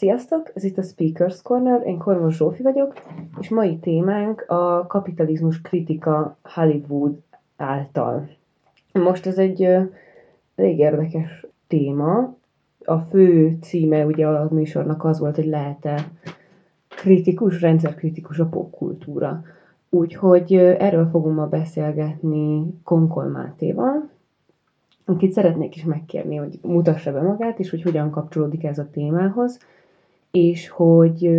Sziasztok! Ez itt a Speakers Corner, én Kormos Zsófi vagyok, és mai témánk a kapitalizmus kritika Hollywood által. Most ez egy elég érdekes téma. A fő címe ugye a műsornak az volt, hogy lehet-e rendszerkritikus a popkultúra. Úgyhogy erről fogunk ma beszélgetni Konkol Mátéval, akit szeretnék is megkérni, hogy mutassa be magát, és hogy hogyan kapcsolódik ez a témához, és hogy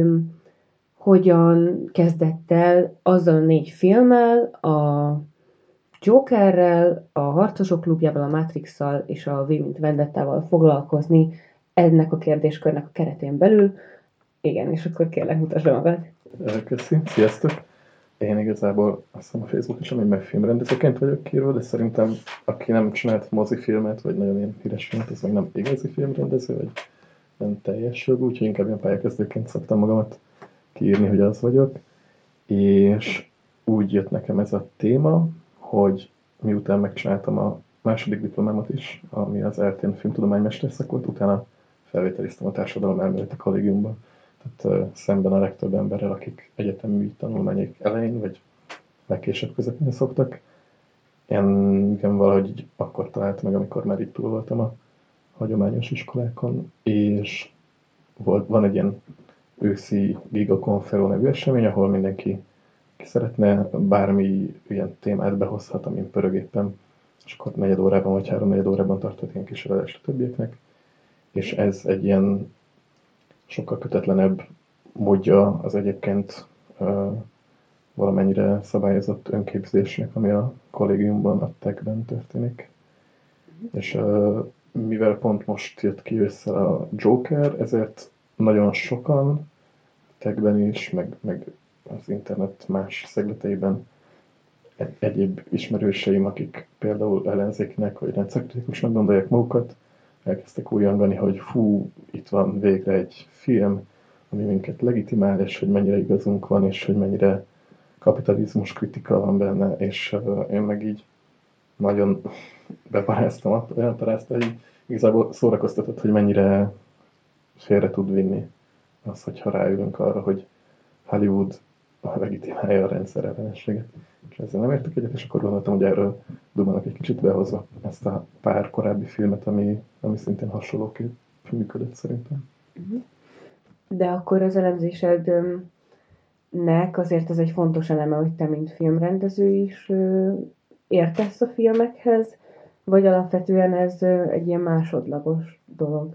hogyan kezdett el azzal a 4 filmmel, a Jokerrel, a Harcosok klubjával, a Matrix-szal és a V mint Vendettával foglalkozni ennek a kérdéskörnek a keretén belül. Igen, és akkor kérlek, mutasd be magad. Köszi, sziasztok! Én igazából azt hiszem a Facebookon egy filmrendezőként vagyok kiírva, de szerintem aki nem csinált mozifilmet, vagy nagyon ilyen híres filmet, az meg nem igazi filmrendező, vagy nem teljes jogú, úgyhogy inkább ilyen pályakezdőként szoktam magamat kiírni, hogy az vagyok. És úgy jött nekem ez a téma, hogy miután megcsináltam a második diplomámat is, ami az eltén filmtudománymester volt, utána felvételiztem a Társadalomelméleti Kollégiumban. Tehát szemben a legtöbb emberrel, akik egyetemi tanulmányok elején, vagy legkésőbb közepén szoktak. Engem valahogy így akkor talált meg, amikor már itt túl voltam a hagyományos iskolákon, és van egy ilyen őszi Giga Confero nevű esemény, ahol mindenki, ki szeretne, bármi ilyen témát behozhat, amin pörög éppen, és akkor negyed órában vagy 3-4 órában tartott ilyen kis előadást a többieknek. És ez egy ilyen sokkal kötetlenebb módja az egyébként valamennyire szabályozott önképzésnek, ami a kollégiumban, a tech-ben történik. És mivel pont most jött ki össze a Joker, ezért nagyon sokan tech-ben is, meg az internet más szegleteiben egyéb ismerőseim, akik például ellenzékinek vagy rendszerkritikusnak gondolják magukat, elkezdtek újjongani, hogy fú, itt van végre egy film, ami minket legitimál, és hogy mennyire igazunk van, és hogy mennyire kapitalizmus kritika van benne, és én meg így nagyon beparáztam, olyan parázta, hogy igazából szórakoztatott, hogy mennyire félre tud vinni az, hogyha ráülünk arra, hogy Hollywood legitimálja a rendszer ellenességet. És ezzel nem értek egyet, és akkor gondoltam, hogy erről dumának egy kicsit behozva ezt a pár korábbi filmet, ami szintén hasonlóképp működött szerintem. De akkor az elemzésednek azért ez egy fontos eleme, hogy te, mint filmrendező is értesz a filmekhez, vagy alapvetően ez egy ilyen másodlagos dolog?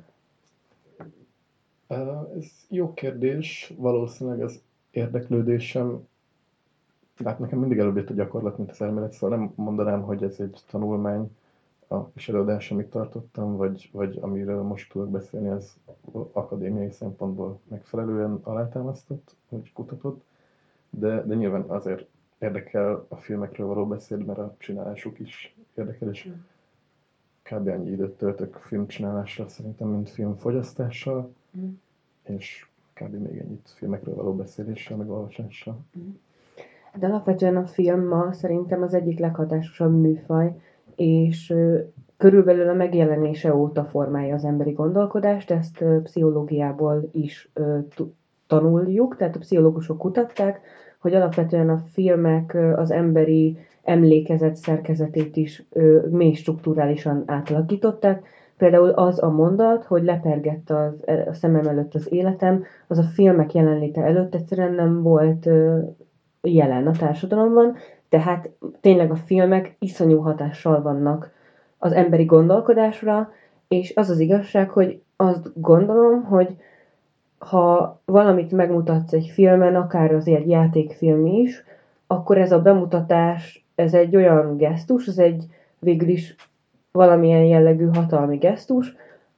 Ez jó kérdés, valószínűleg az érdeklődésem, de hát nekem mindig előbb jött a gyakorlat, mint az elmélet, szóval nem mondanám, hogy ez egy tanulmány, a kis előadás, amit tartottam, vagy amiről most tudok beszélni, az akadémiai szempontból megfelelően alátámasztott, vagy kutatott, de nyilván azért érdekel a filmekről való beszéd, mert a csinálásuk is érdekel, és kb. Annyi időt töltök filmcsinálással szerintem, mint filmfogyasztással, és kb. Még ennyit filmekről való beszéléssel, meg olvasással. De alapvetően a film ma szerintem az egyik leghatásosabb műfaj, és körülbelül a megjelenése óta formálja az emberi gondolkodást, ezt pszichológiából is tanuljuk, tehát a pszichológusok kutatták, hogy alapvetően a filmek az emberi emlékezet szerkezetét is mély strukturálisan átalakították. Például az a mondat, hogy lepergett a szemem előtt az életem, az a filmek jelenléte előtt egyszerűen nem volt jelen a társadalomban, tehát tényleg a filmek iszonyú hatással vannak az emberi gondolkodásra, és az az igazság, hogy azt gondolom, hogy ha valamit megmutatsz egy filmen, akár az egy játékfilm is, akkor ez a bemutatás, ez egy olyan gesztus, ez egy végül is valamilyen jellegű hatalmi gesztus,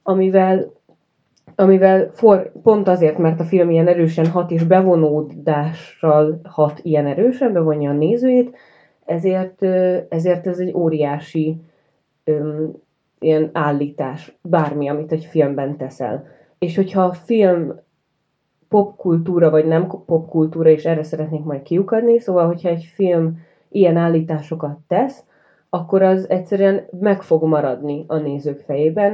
amivel pont azért, mert a film ilyen erősen hat és bevonódással hat ilyen erősen, bevonja a nézőjét, ezért ez egy óriási ilyen állítás, bármi, amit egy filmben teszel. És hogyha a film popkultúra, vagy nem popkultúra, és erre szeretnék majd kiukadni, szóval, hogyha egy film ilyen állításokat tesz, akkor az egyszerűen meg fog maradni a nézők fejében,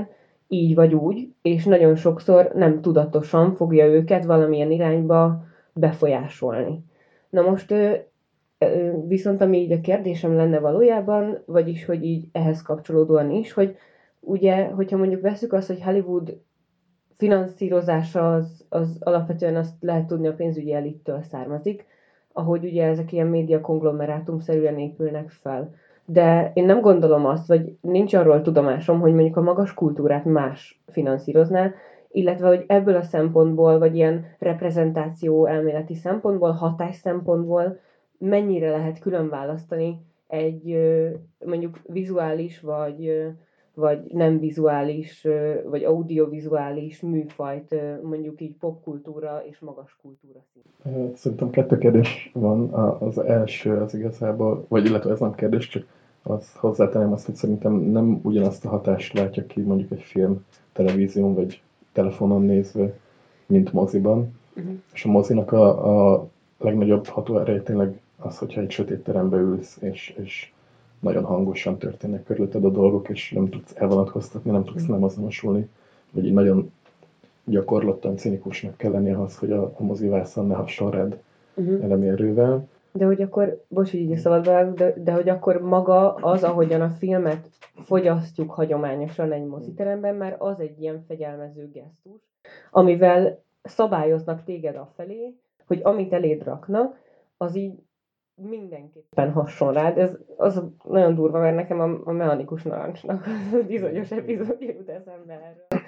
így vagy úgy, és nagyon sokszor nem tudatosan fogja őket valamilyen irányba befolyásolni. Na most viszont ami így a kérdésem lenne valójában, vagyis hogy így ehhez kapcsolódóan is, hogy ugye, hogyha mondjuk veszük azt, hogy Hollywood finanszírozása az alapvetően azt lehet tudni a pénzügyi elittől származik, ahogy ugye ezek ilyen média konglomerátumszerűen épülnek fel. De én nem gondolom azt, vagy nincs arról tudomásom, hogy mondjuk a magas kultúrát más finanszírozná, illetve hogy ebből a szempontból, vagy ilyen reprezentáció elméleti szempontból, hatás szempontból mennyire lehet külön választani egy mondjuk vizuális vagy nem vizuális, vagy audiovizuális műfajt, mondjuk így popkultúra és magas kultúra szintén. Szerintem kettő kérdés van. Az első az igazából, vagy illetve ez nem kérdés, csak hozzátenem azt, hogy szerintem nem ugyanazt a hatást látja ki mondjuk egy film televízión vagy telefonon nézve, mint moziban. Uh-huh. És a mozinak a legnagyobb hatóereje tényleg az, hogyha egy sötét terembe ülsz, és nagyon hangosan történnek körülötted a dolgok, és nem tudsz elvonatkoztatni, nem tudsz nem azonosulni, vagy így nagyon gyakorlottan cinikusnak kell lenni ahhoz, hogy a mozivászon ne hasson rád elemi erővel. De hogy akkor, bocs, hogy így a szabadba vágok, de hogy akkor maga az, ahogyan a filmet fogyasztjuk hagyományosan egy moziteremben, már az egy ilyen fegyelmező gesztus, amivel szabályoznak téged afelé, hogy amit eléd raknak, az így mindenképpen hasson rád. Ez az nagyon durva, mert nekem a mechanikus narancsnak bizonyos epizódja jut eszembe erről.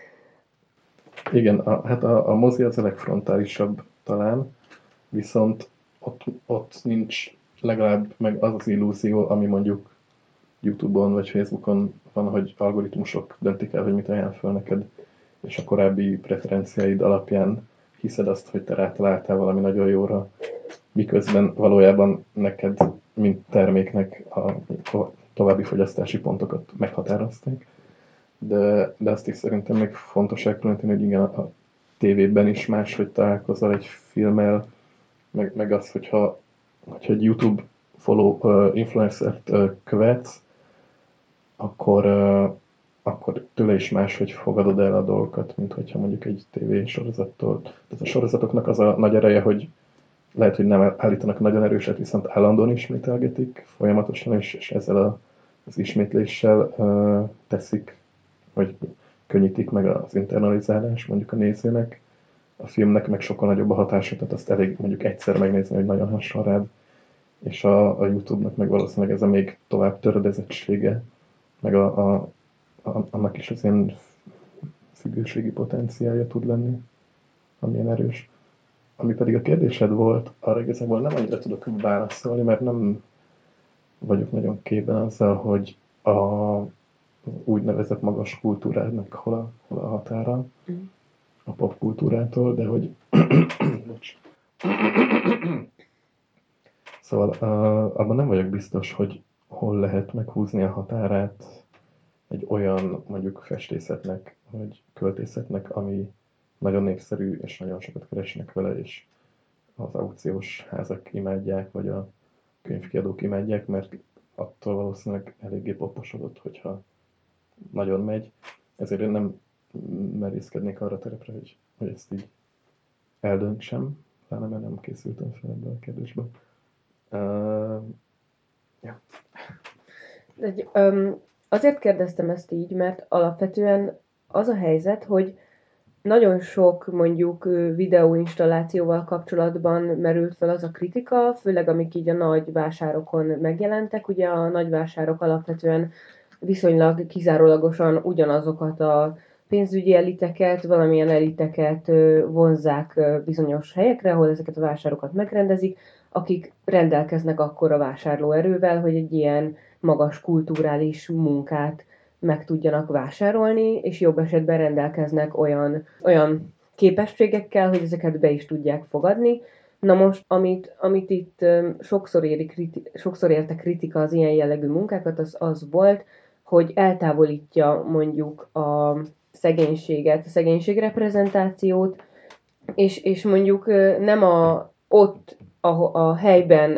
Igen, hát a mozi az a legfrontálisabb talán, viszont ott nincs legalább meg az az illúzió, ami mondjuk YouTube-on vagy Facebookon van, hogy algoritmusok döntik el, hogy mit ajánl föl neked, és a korábbi preferenciáid alapján hiszed azt, hogy te rátaláltál valami nagyon jóra, miközben valójában neked, mint terméknek a további fogyasztási pontokat meghatározták. De azt is szerintem még fontos elkülöníteni, hogy igen, a tévében is máshogy találkozol egy filmmel, meg az, hogyha egy YouTube follow influencert követsz, akkor, akkor tőle is máshogy fogadod el a dolgokat, mint hogyha mondjuk egy tévésorozattól. Tehát a sorozatoknak az a nagy ereje, hogy lehet, hogy nem állítanak nagyon erőset, viszont állandóan ismételgetik folyamatosan, és ezzel az ismétléssel teszik, vagy könnyítik meg az internalizálás mondjuk a nézőnek. A filmnek meg sokkal nagyobb a hatása, tehát azt elég mondjuk egyszer megnézni, hogy nagyon hasonl rád, és a YouTube-nak meg valószínűleg ez a még tovább töredezettsége, meg annak is az ilyen függőségi potenciálja tud lenni, amilyen erős. Ami pedig a kérdésed volt, arra igazából nem annyira tudok válaszolni, mert nem vagyok nagyon képben azzal, hogy a úgynevezett magas kultúrának hol a határa a popkultúrától, de hogy szóval abban nem vagyok biztos, hogy hol lehet meghúzni a határát egy olyan mondjuk festészetnek, vagy költészetnek, ami nagyon népszerű, és nagyon sokat keresnek vele, és az aukciós házak imádják, vagy a könyvkiadók imádják, mert attól valószínűleg eléggé poposodott, hogyha nagyon megy. Ezért én nem merészkednék arra terepre, hogy ezt így eldöntsem, pláne mert nem készültem fel ebből a kérdésből. Ja. Azért kérdeztem ezt így, mert alapvetően az a helyzet, hogy nagyon sok mondjuk videóinstallációval kapcsolatban merült fel az a kritika, főleg amik így a nagy vásárokon megjelentek. Ugye a nagy vásárok alapvetően viszonylag kizárólagosan ugyanazokat a pénzügyi eliteket, valamilyen eliteket vonzzák bizonyos helyekre, ahol ezeket a vásárokat megrendezik, akik rendelkeznek akkora vásárlóerővel, hogy egy ilyen magas kulturális munkát meg tudjanak vásárolni, és jobb esetben rendelkeznek olyan képességekkel, hogy ezeket be is tudják fogadni. Na most, amit itt sokszor érte kritika az ilyen jellegű munkákat, az volt, hogy eltávolítja mondjuk a szegénységet, a szegénységreprezentációt, és mondjuk nem ott a helyben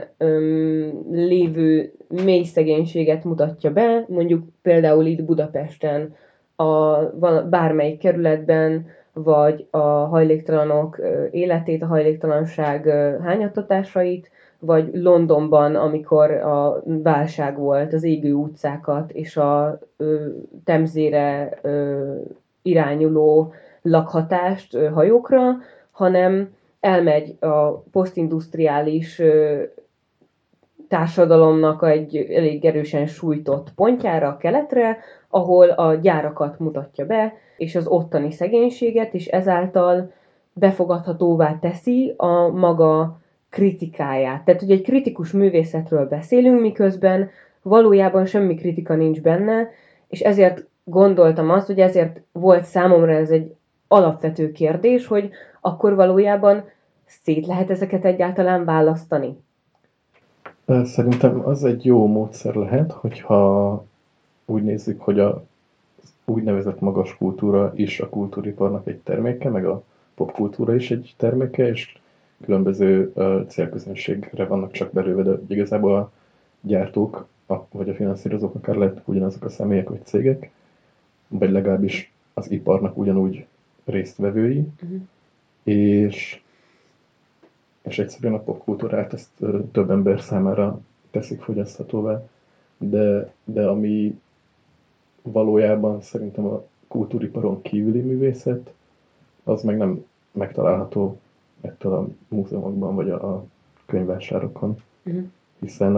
lévő mély szegénységet mutatja be, mondjuk például itt Budapesten bármelyik kerületben, vagy a hajléktalanok életét, a hajléktalanság hányattatásait, vagy Londonban, amikor a válság volt, az égő utcákat és a Temzére irányuló lakhatást hajókra, hanem elmegy a posztindusztriális társadalomnak egy elég erősen sújtott pontjára, a keletre, ahol a gyárakat mutatja be, és az ottani szegénységet, és ezáltal befogadhatóvá teszi a maga kritikáját. Tehát ugye egy kritikus művészetről beszélünk, miközben valójában semmi kritika nincs benne, és ezért gondoltam azt, hogy ezért volt számomra ez egy alapvető kérdés, hogy akkor valójában szét lehet ezeket egyáltalán választani. Szerintem az egy jó módszer lehet, hogyha úgy nézzük, hogy a úgynevezett magas kultúra is a kultúriparnak egy terméke, meg a popkultúra is egy terméke, és különböző célközönségre vannak csak belőve, de igazából a gyártók, vagy a finanszírozók akár lehet ugyanazok a személyek vagy cégek, vagy legalábbis az iparnak ugyanúgy résztvevői, és, és egyszerűen a popkultúrát ezt több ember számára teszik fogyaszthatóvá. De ami valójában szerintem a kultúriparon kívüli művészet, az meg nem megtalálható ettől a múzeumokban vagy a könyvvásárokon. Hiszen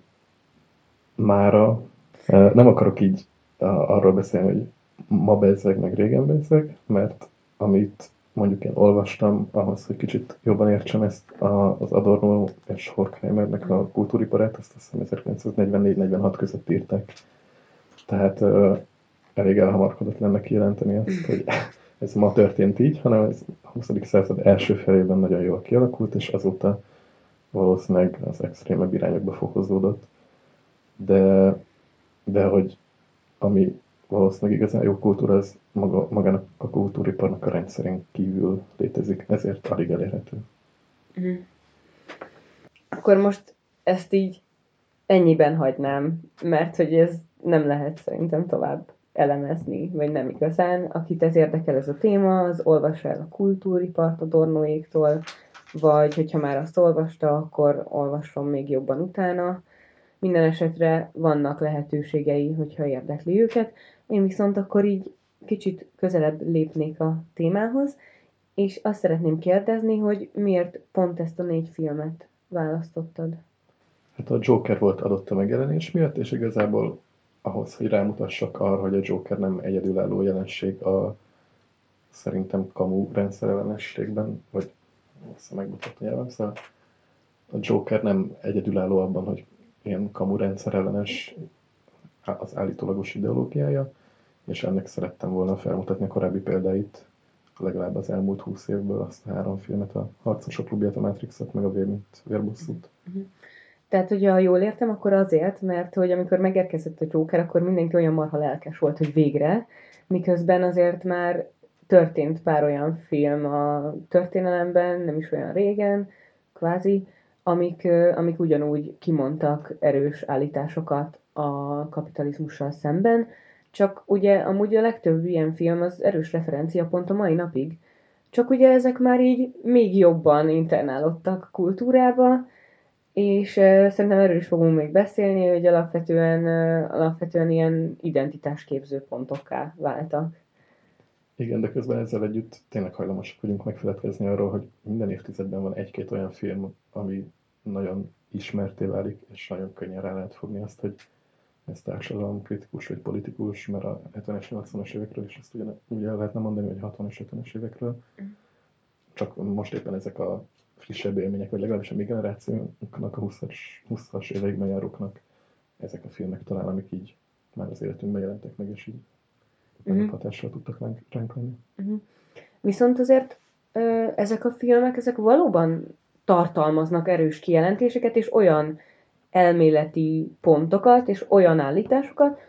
mára nem akarok így arról beszélni, hogy ma bezzeg, meg régen bezzeg, mert amit mondjuk én olvastam, ahhoz, hogy kicsit jobban értsem ezt az Adorno és Horkheimernek a kultúriparát, azt hiszem 1944-46 között írták. Tehát elég elhamarkodott lenne kijelenteni azt, hogy ez ma történt így, hanem ez a 20. század első felében nagyon jól kialakult, és azóta valószínűleg az extrémebb irányokba fokozódott. De hogy ami valószínűleg igazán jó kultúra, az magának a kultúriparnak a rendszerén kívül létezik, ezért alig elérhető. Akkor most ezt így ennyiben hagynám, mert hogy ez nem lehet szerintem tovább elemezni, vagy nem igazán. Akit ez érdekel ez a téma, az olvassa el a kultúripart a Dornoéktól, vagy hogyha már azt olvasta, akkor olvasson még jobban utána. Minden esetre vannak lehetőségei, hogyha érdekli őket. Én viszont akkor így kicsit közelebb lépnék a témához, és azt szeretném kérdezni, hogy miért pont ezt a 4 filmet választottad? Hát a Joker volt adott a megjelenés miatt, és igazából ahhoz, hogy rámutassak arra, hogy a Joker nem egyedülálló jelenség a szerintem kamu rendszerellenességben, vagy megmutatni nyelven, szóval a Joker nem egyedülálló abban, hogy ilyen kamu rendszerellenes az állítólagos ideológiája, és ennek szerettem volna felmutatni a korábbi példáit, legalább az elmúlt 20 évből, azt a 3 filmet, a Harcosok klubját, a Matrixot, meg a Vér mint vérbosszút. Tehát, hogyha jól értem, akkor azért, mert hogy amikor megérkezett a Joker, akkor mindenki olyan marha lelkes volt, hogy végre, miközben azért már történt pár olyan film a történelemben, nem is olyan régen, kvázi, amik ugyanúgy kimondtak erős állításokat a kapitalizmussal szemben, csak ugye amúgy a legtöbb ilyen film az erős referenciapont a mai napig. Csak ugye ezek már így még jobban internálódtak a kultúrába, és szerintem erről is fogunk még beszélni, hogy alapvetően ilyen identitásképző pontokká váltak. Igen, de közben ezzel együtt tényleg hajlamosak vagyunk megfeledkezni arról, hogy minden évtizedben van egy-két olyan film, ami nagyon ismerté válik, és nagyon könnyen rá lehet fogni azt, hogy ez társadalomkritikus vagy politikus, mert a 70-es, 80-as évekről is ezt ugye el lehetne mondani, hogy 60-as, 50-es évekről. Csak most éppen ezek a frissebb élmények, vagy legalábbis a mi generációnknak, a 20-as éveikben járóknak ezek a filmek talán, amik így már az életünkben jelentek meg, és így nagyobb hatással tudtak ránk lenni. Viszont azért ezek a filmek, ezek valóban tartalmaznak erős kijelentéseket, és olyan elméleti pontokat, és olyan állításokat,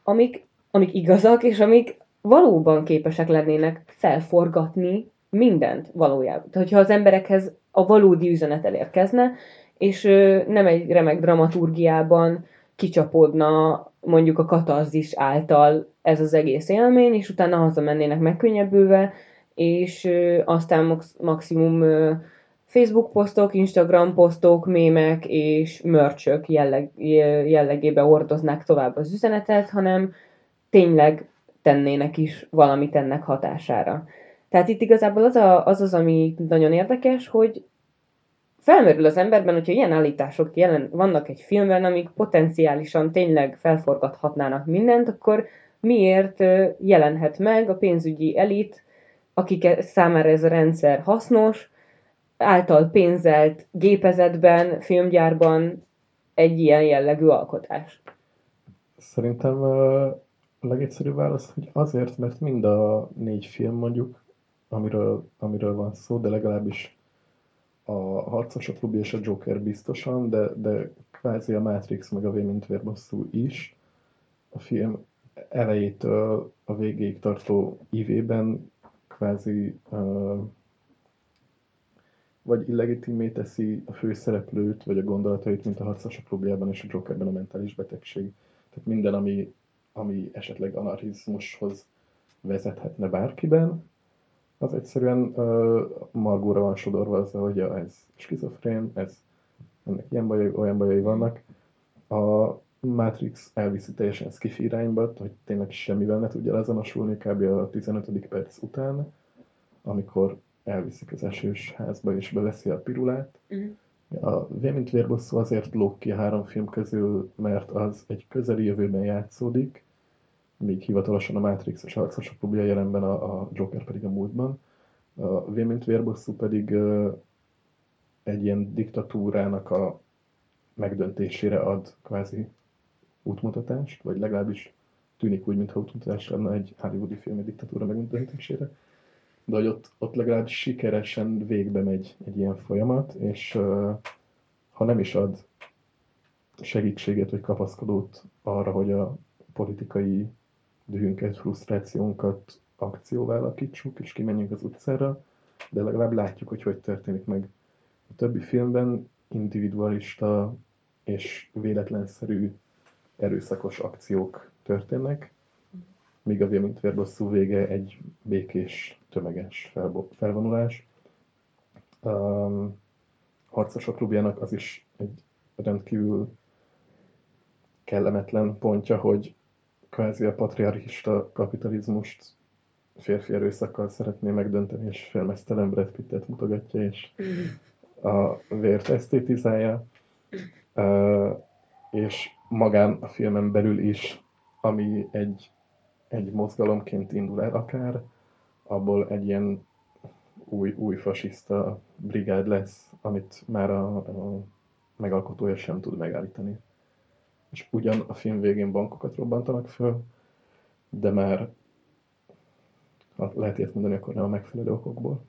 amik igazak, és amik valóban képesek lennének felforgatni mindent valójában. Tehát, hogyha az emberekhez a valódi üzenet elérkezne, és nem egy remek dramaturgiában kicsapódna mondjuk a katarzis által ez az egész élmény, és utána hazamennének megkönnyebbülve, és aztán maximum Facebook posztok, Instagram posztok, mémek és merchök jellegébe hordoznák tovább az üzenetet, hanem tényleg tennének is valamit ennek hatására. Tehát itt igazából az, ami nagyon érdekes, hogy felmerül az emberben, hogyha ilyen állítások vannak egy filmben, amik potenciálisan tényleg felforgathatnának mindent, akkor miért jelenhet meg a pénzügyi elit, akik számára ez a rendszer hasznos, által pénzelt gépezetben, filmgyárban egy ilyen jellegű alkotás? Szerintem a legegyszerűbb válasz, hogy azért, mert mind a 4 film mondjuk, amiről van szó, de legalábbis a Harcosok klubja és a Joker biztosan, de kvázi a Matrix meg a V mint vérbosszú is, a film elejétől a végéig tartó ívében kvázi vagy illegitimé teszi a főszereplőt, vagy a gondolatait, mint a Harcosok klubjában és a Jokerben a mentális betegség. Tehát minden, ami esetleg anarchizmushoz vezethetne bárkiben, az egyszerűen margóra van sodorva azzal, hogy ja, ez skizofrén, ennek ilyen bajai, olyan bajai vannak. A Matrix elviszi teljesen skifi irányba, hogy tényleg semmivel ne tudja azonosulni kb. A 15. perc után, amikor elviszik az esős házba és beveszi a pirulát. Uh-huh. A V mint vérbosszú azért lóg ki a 3 film közül, mert az egy közeli jövőben játszódik, míg hivatalosan a Matrix és a Harcosok klubja jelenben, a Joker pedig a múltban. A V mint vérbosszú pedig egy ilyen diktatúrának a megdöntésére ad kvázi útmutatást, vagy legalábbis tűnik úgy, mintha útmutatás lenne egy hollywoodi film egy diktatúra megdöntésére. De hogy ott legalábbis sikeresen végbe megy egy ilyen folyamat, és ha nem is ad segítséget vagy kapaszkodót arra, hogy a politikai dühünket, frusztrációnkat akcióvá alakítsuk, és kimenjünk az utcára, de legalább látjuk, hogy hogy történik meg. A többi filmben individualista és véletlenszerű erőszakos akciók történnek, míg a V mint vérbosszú vége egy békés, tömeges felvonulás. A Harcosok klubjának az is egy rendkívül kellemetlen pontja, hogy kvázi a patriarchista kapitalizmust férfi erőszakkal szeretné megdönteni, és félmeztelen Brad Pittet mutogatja, és a vért esztétizálja. És magán a filmen belül is, ami egy mozgalomként indul el akár, abból egy ilyen új fasiszta brigád lesz, amit már a megalkotója sem tud megállítani. És ugyan a film végén bankokat robbantanak föl, de már, ha lehet ilyet mondani, akkor nem a megfelelő okokból.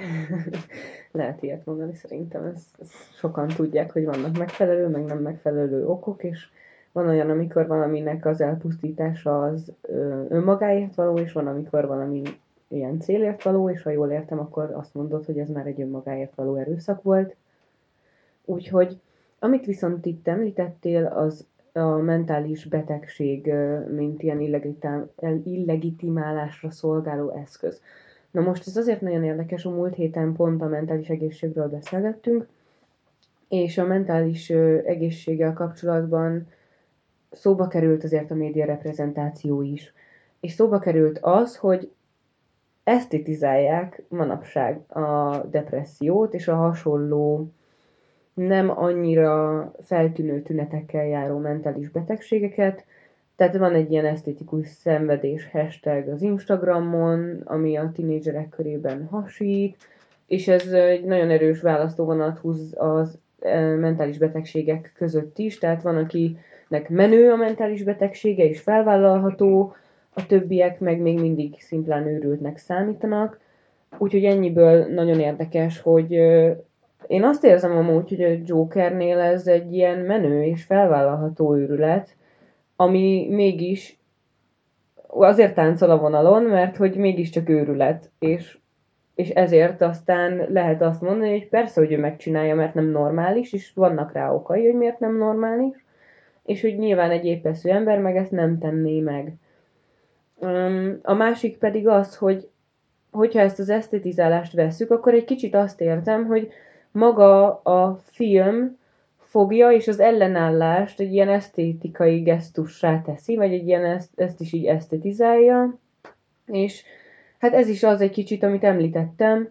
Lehet ilyet mondani, szerintem ezt sokan tudják, hogy vannak megfelelő, meg nem megfelelő okok, és van olyan, amikor valaminek az elpusztítása az önmagáért való, és van, amikor valami ilyen célért való, és ha jól értem, akkor azt mondod, hogy ez már egy önmagáért való erőszak volt. Úgyhogy, amit viszont itt említettél, az a mentális betegség, mint ilyen illegitimálásra szolgáló eszköz. Na most ez azért nagyon érdekes, a múlt héten pont a mentális egészségről beszélgettünk, és a mentális egészséggel kapcsolatban szóba került azért a média reprezentáció is. És szóba került az, hogy esztétizálják manapság a depressziót és a hasonló nem annyira feltűnő tünetekkel járó mentális betegségeket. Tehát van egy ilyen esztétikus szenvedés hashtag az Instagramon, ami a tinédzserek körében hasít, és ez egy nagyon erős választóvonalat húz az mentális betegségek között is, tehát van, akinek menő a mentális betegsége és felvállalható, a többiek meg még mindig szimplán őrültnek számítanak. Úgyhogy ennyiből nagyon érdekes, hogy én azt érzem amúgy, hogy a Jokernél ez egy ilyen menő és felvállalható őrület, ami mégis azért táncol a vonalon, mert hogy mégiscsak őrület, és ezért aztán lehet azt mondani, hogy persze, hogy ő megcsinálja, mert nem normális, és vannak rá okai, hogy miért nem normális, és hogy nyilván egy épeszű ember meg ezt nem tenné meg. A másik pedig az, hogy hogyha ezt az esztetizálást vesszük, akkor egy kicsit azt érzem, hogy maga a film fogja, és az ellenállást egy ilyen esztétikai gesztussá teszi, vagy egy ilyen ezt is így esztetizálja, és hát ez is az egy kicsit, amit említettem,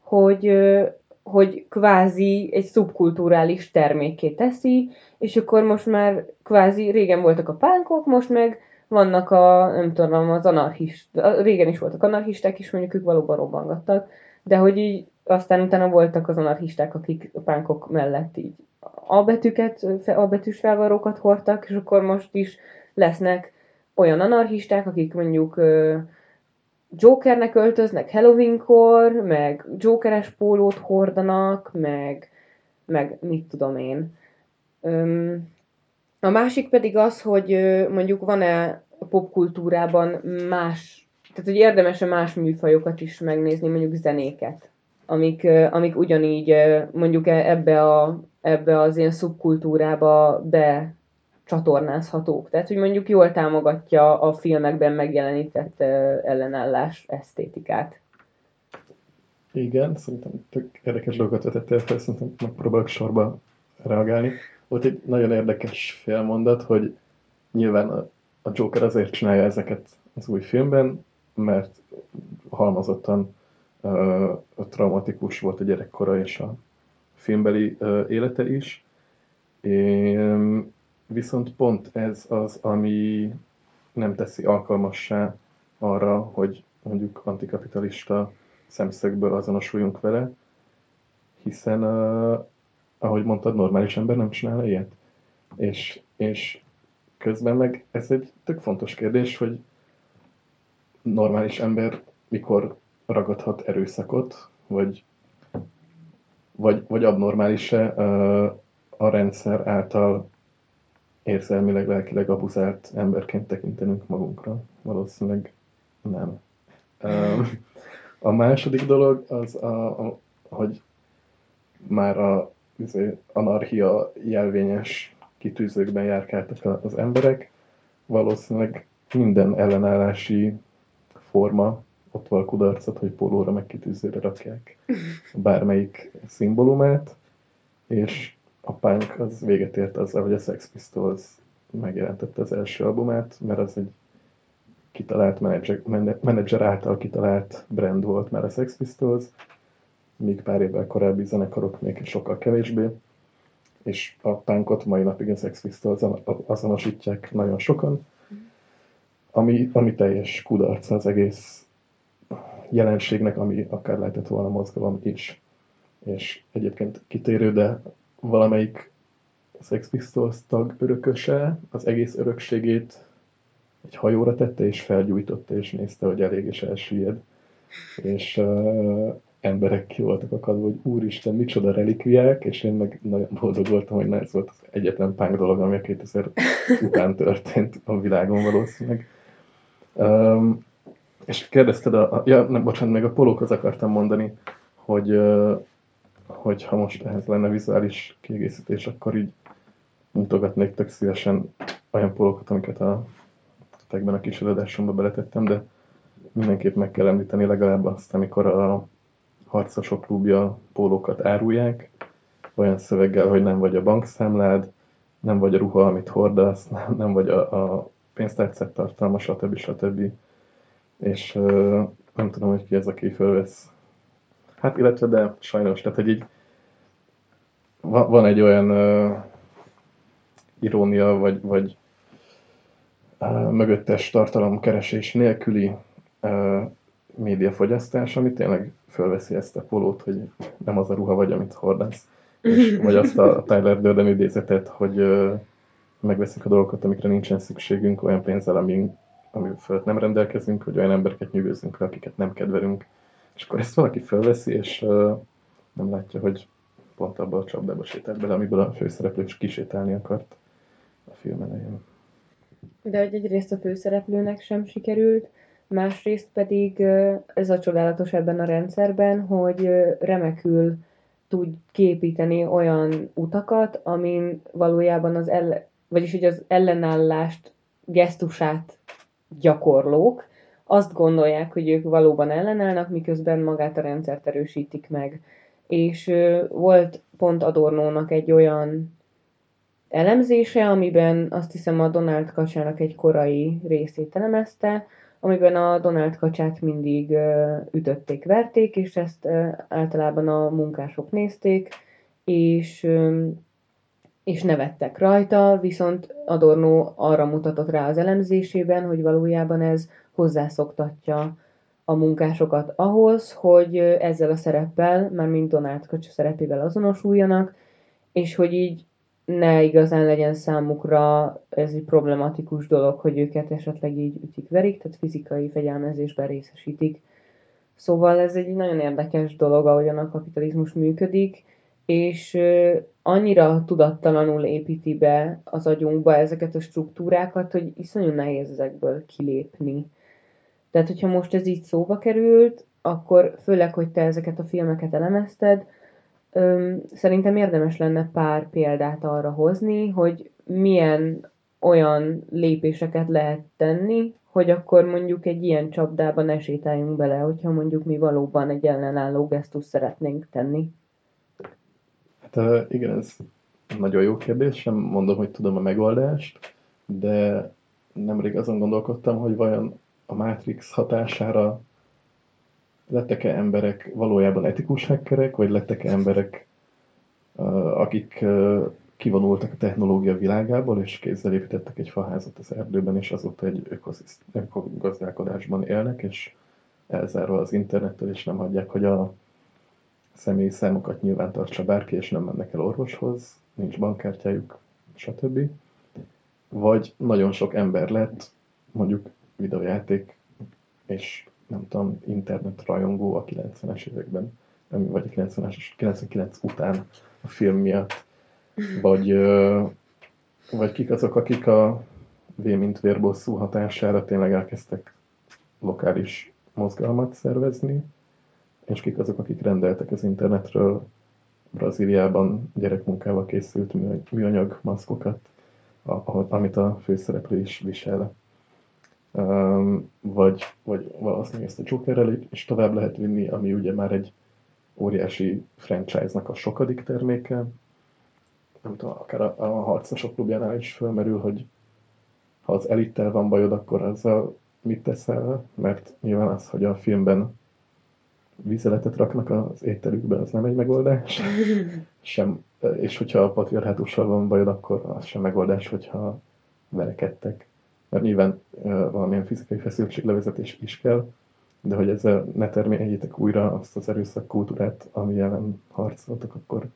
hogy kvázi egy szubkulturális termékké teszi, és akkor most már kvázi régen voltak a pánkok, most meg vannak nem tudom, az anarchisták, régen is voltak anarchisták is, mondjuk ők valóban robbangattak, de hogy így aztán utána voltak az anarchisták, akik a pánkok mellett így A betűs felvarrókat hordtak, és akkor most is lesznek olyan anarchisták, akik mondjuk Jokernek öltöznek Halloweenkor, meg Jokeres pólót hordanak, meg mit tudom én. A másik pedig az, hogy mondjuk van-e a popkultúrában más, tehát hogy érdemes-e más műfajokat is megnézni, mondjuk zenéket, amik ugyanígy mondjuk ebbe az ilyen szubkultúrába csatornázhatók. Tehát, hogy mondjuk jól támogatja a filmekben megjelenített ellenállás esztétikát. Igen, szerintem tök érdekes dolgokat vetettél fel, szerintem megpróbálok sorba reagálni. Volt egy nagyon érdekes félmondat, hogy nyilván a Joker azért csinálja ezeket az új filmben, mert halmozottan traumatikus volt a gyerekkora és a filmbeli élete is. Viszont pont ez az, ami nem teszi alkalmassá arra, hogy mondjuk antikapitalista szemszögből azonosuljunk vele, hiszen, ahogy mondtad, normális ember nem csinál ilyet. És közben meg ez egy tök fontos kérdés, hogy normális ember mikor ragadhat erőszakot, vagy abnormális-e a rendszer által érzelmileg, lelkileg abuzált emberként tekintenünk magunkra. Valószínűleg nem. A második dolog az, hogy már anarchia jelvényes kitűzőkben járkáltak az emberek, valószínűleg minden ellenállási forma ott van kudarcot, hogy pólóra meg kitűzőre rakják bármelyik szimbólumát, és a punk az véget ért azzal, hogy a Sex Pistols megjelentette az első albumát, mert az egy kitalált menedzser által kitalált brand volt már a Sex Pistols, míg pár évvel korábbi zenekarok még sokkal kevésbé, és a punkot mai napig a Sex Pistols azonosítják nagyon sokan, ami teljes kudarc az egész jelenségnek, ami akár lehetett volna mozgalom is. És egyébként kitérő, de valamelyik Sex Pistols tag örököse az egész örökségét egy hajóra tette, és felgyújtotta, és nézte, hogy elég, és elsüllyed. És emberek ki voltak akadva, hogy úristen, micsoda relikviák, és én meg nagyon boldog voltam, hogy ez volt az egyetlen punk dolog, ami a 2000 után történt a világon valószínűleg. És kérdezted nem, bocsánat, még a polókhoz akartam mondani, hogy ha most ehhez lenne vizuális kiegészítés, akkor így mutogatnék tök szívesen olyan polókat, amiket a tegben a kis előadásomba beletettem, de mindenképp meg kell említeni legalább azt, amikor a harcosok klubja pólókat árulják, olyan szöveggel, hogy nem vagy a bankszámlád, nem vagy a ruha, amit hordasz, nem vagy a pénztárcát tartalma, stb. És nem tudom, hogy ki ez, aki fölvesz. Hát illetve, de sajnos, tehát hogy így van egy olyan irónia, vagy mögöttes tartalomkeresés nélküli médiafogyasztás, ami tényleg fölveszi ezt a polót, hogy nem az a ruha vagy, amit hordasz. És, vagy azt a Tyler Durden idézetet, hogy megveszik a dolgokat, amikre nincsen szükségünk, olyan pénzzel, ami fölött nem rendelkezünk, hogy olyan embereket nyűgözzünk le, akiket nem kedvelünk. És akkor ezt valaki fölveszi, és nem látja, hogy pont abban a csapdába sétált bele, amiből a főszereplő is kisétálni akart a film elején. De hogy egyrészt a főszereplőnek sem sikerült, másrészt pedig ez a csodálatos ebben a rendszerben, hogy remekül tud képíteni olyan utakat, amin valójában vagyis hogy az ellenállást, gesztusát gyakorlók azt gondolják, hogy ők valóban ellenállnak, miközben magát a rendszert erősítik meg. És volt pont Adornónak egy olyan elemzése, amiben azt hiszem a Donald kacsának egy korai részét elemezte, amiben a Donald kacsát mindig ütötték, verték, és ezt általában a munkások nézték, és és nevettek rajta, viszont Adorno arra mutatott rá az elemzésében, hogy valójában ez hozzászoktatja a munkásokat ahhoz, hogy ezzel a szereppel, mármint Donald Kacsa szerepével azonosuljanak, és hogy így ne igazán legyen számukra ez egy problematikus dolog, hogy őket esetleg így ütik-verik, tehát fizikai fegyelmezésben részesítik. Szóval ez egy nagyon érdekes dolog, ahogyan a kapitalizmus működik, és annyira tudattalanul építi be az agyunkba ezeket a struktúrákat, hogy iszonyú nehéz ezekből kilépni. Tehát, hogyha most ez így szóba került, akkor főleg, hogy te ezeket a filmeket elemezted, szerintem érdemes lenne pár példát arra hozni, hogy milyen olyan lépéseket lehet tenni, hogy akkor mondjuk egy ilyen csapdába ne sétáljunk bele, hogyha mondjuk mi valóban egy ellenálló gesztust szeretnénk tenni. Hát igen, ez nagyon jó kérdés, sem mondom, hogy tudom a megoldást, de nemrég azon gondolkodtam, hogy vajon a Matrix hatására lettek-e emberek valójában etikus hackerek, vagy lettek-e emberek, akik kivonultak a technológia világából, és kézzel építettek egy faházat az erdőben, és azóta egy ökogazdálkodásban élnek, és elzárva az internettől, és nem hagyják, hogy a személyi számokat nyilvántartsa bárki, és nem mennek el orvoshoz, nincs bankkártyájuk, stb. Vagy nagyon sok ember lett, mondjuk videójáték, és nem tudom, internet rajongó a 90-es években, vagy a 90-es, 99 után a film miatt, vagy, vagy kik azok, akik a V mint vérbosszú hatására tényleg elkezdtek lokális mozgalmat szervezni, és kik azok, akik rendeltek az internetről Brazíliában gyerekmunkával készült műanyag maszkokat, amit a főszereplő is visel. Vagy valószínűleg ezt a Jokerrel is tovább lehet vinni, ami ugye már egy óriási franchise-nak a sokadik terméke. Nem tudom, akár a harcosok klubjánál is felmerül, hogy ha az elittel van bajod, akkor azzal mit teszel, mert nyilván az, hogy a filmben vízeletet raknak az ételükbe, az nem egy megoldás. Sem, és hogyha a patriarhátussal van bajod, akkor az sem megoldás, hogyha verekedtek. Mert nyilván valamilyen fizikai feszültséglevezetés is kell, de hogy ezzel ne termeljétek újra azt az erőszak kultúrát, ami ellen harcoltak, akkor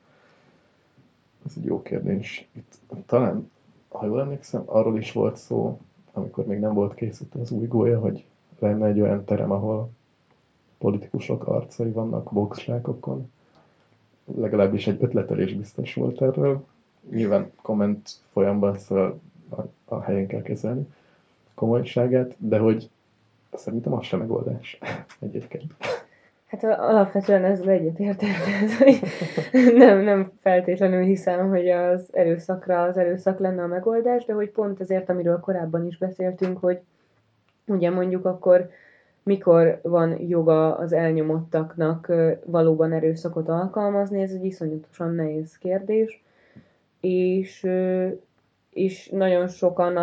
ez egy jó kérdés. Itt talán, ha jól emlékszem, arról is volt szó, amikor még nem volt készült az új gólya, hogy lenne egy olyan terem, ahol politikusok arcai vannak boxsákokon. Legalábbis egy ötletelés biztos volt erről. Nyilván komment folyamban, szóval a helyén kell kezelni komolyságát, de hogy szerintem az sem megoldás egyébként. Hát alapvetően ezzel egyetértek, hogy nem feltétlenül hiszem, hogy az erőszakra az erőszak lenne a megoldás, de hogy pont ezért, amiről korábban is beszéltünk, hogy ugye mondjuk akkor mikor van joga az elnyomottaknak valóban erőszakot alkalmazni, ez egy iszonyatosan nehéz kérdés, és, és nagyon sokan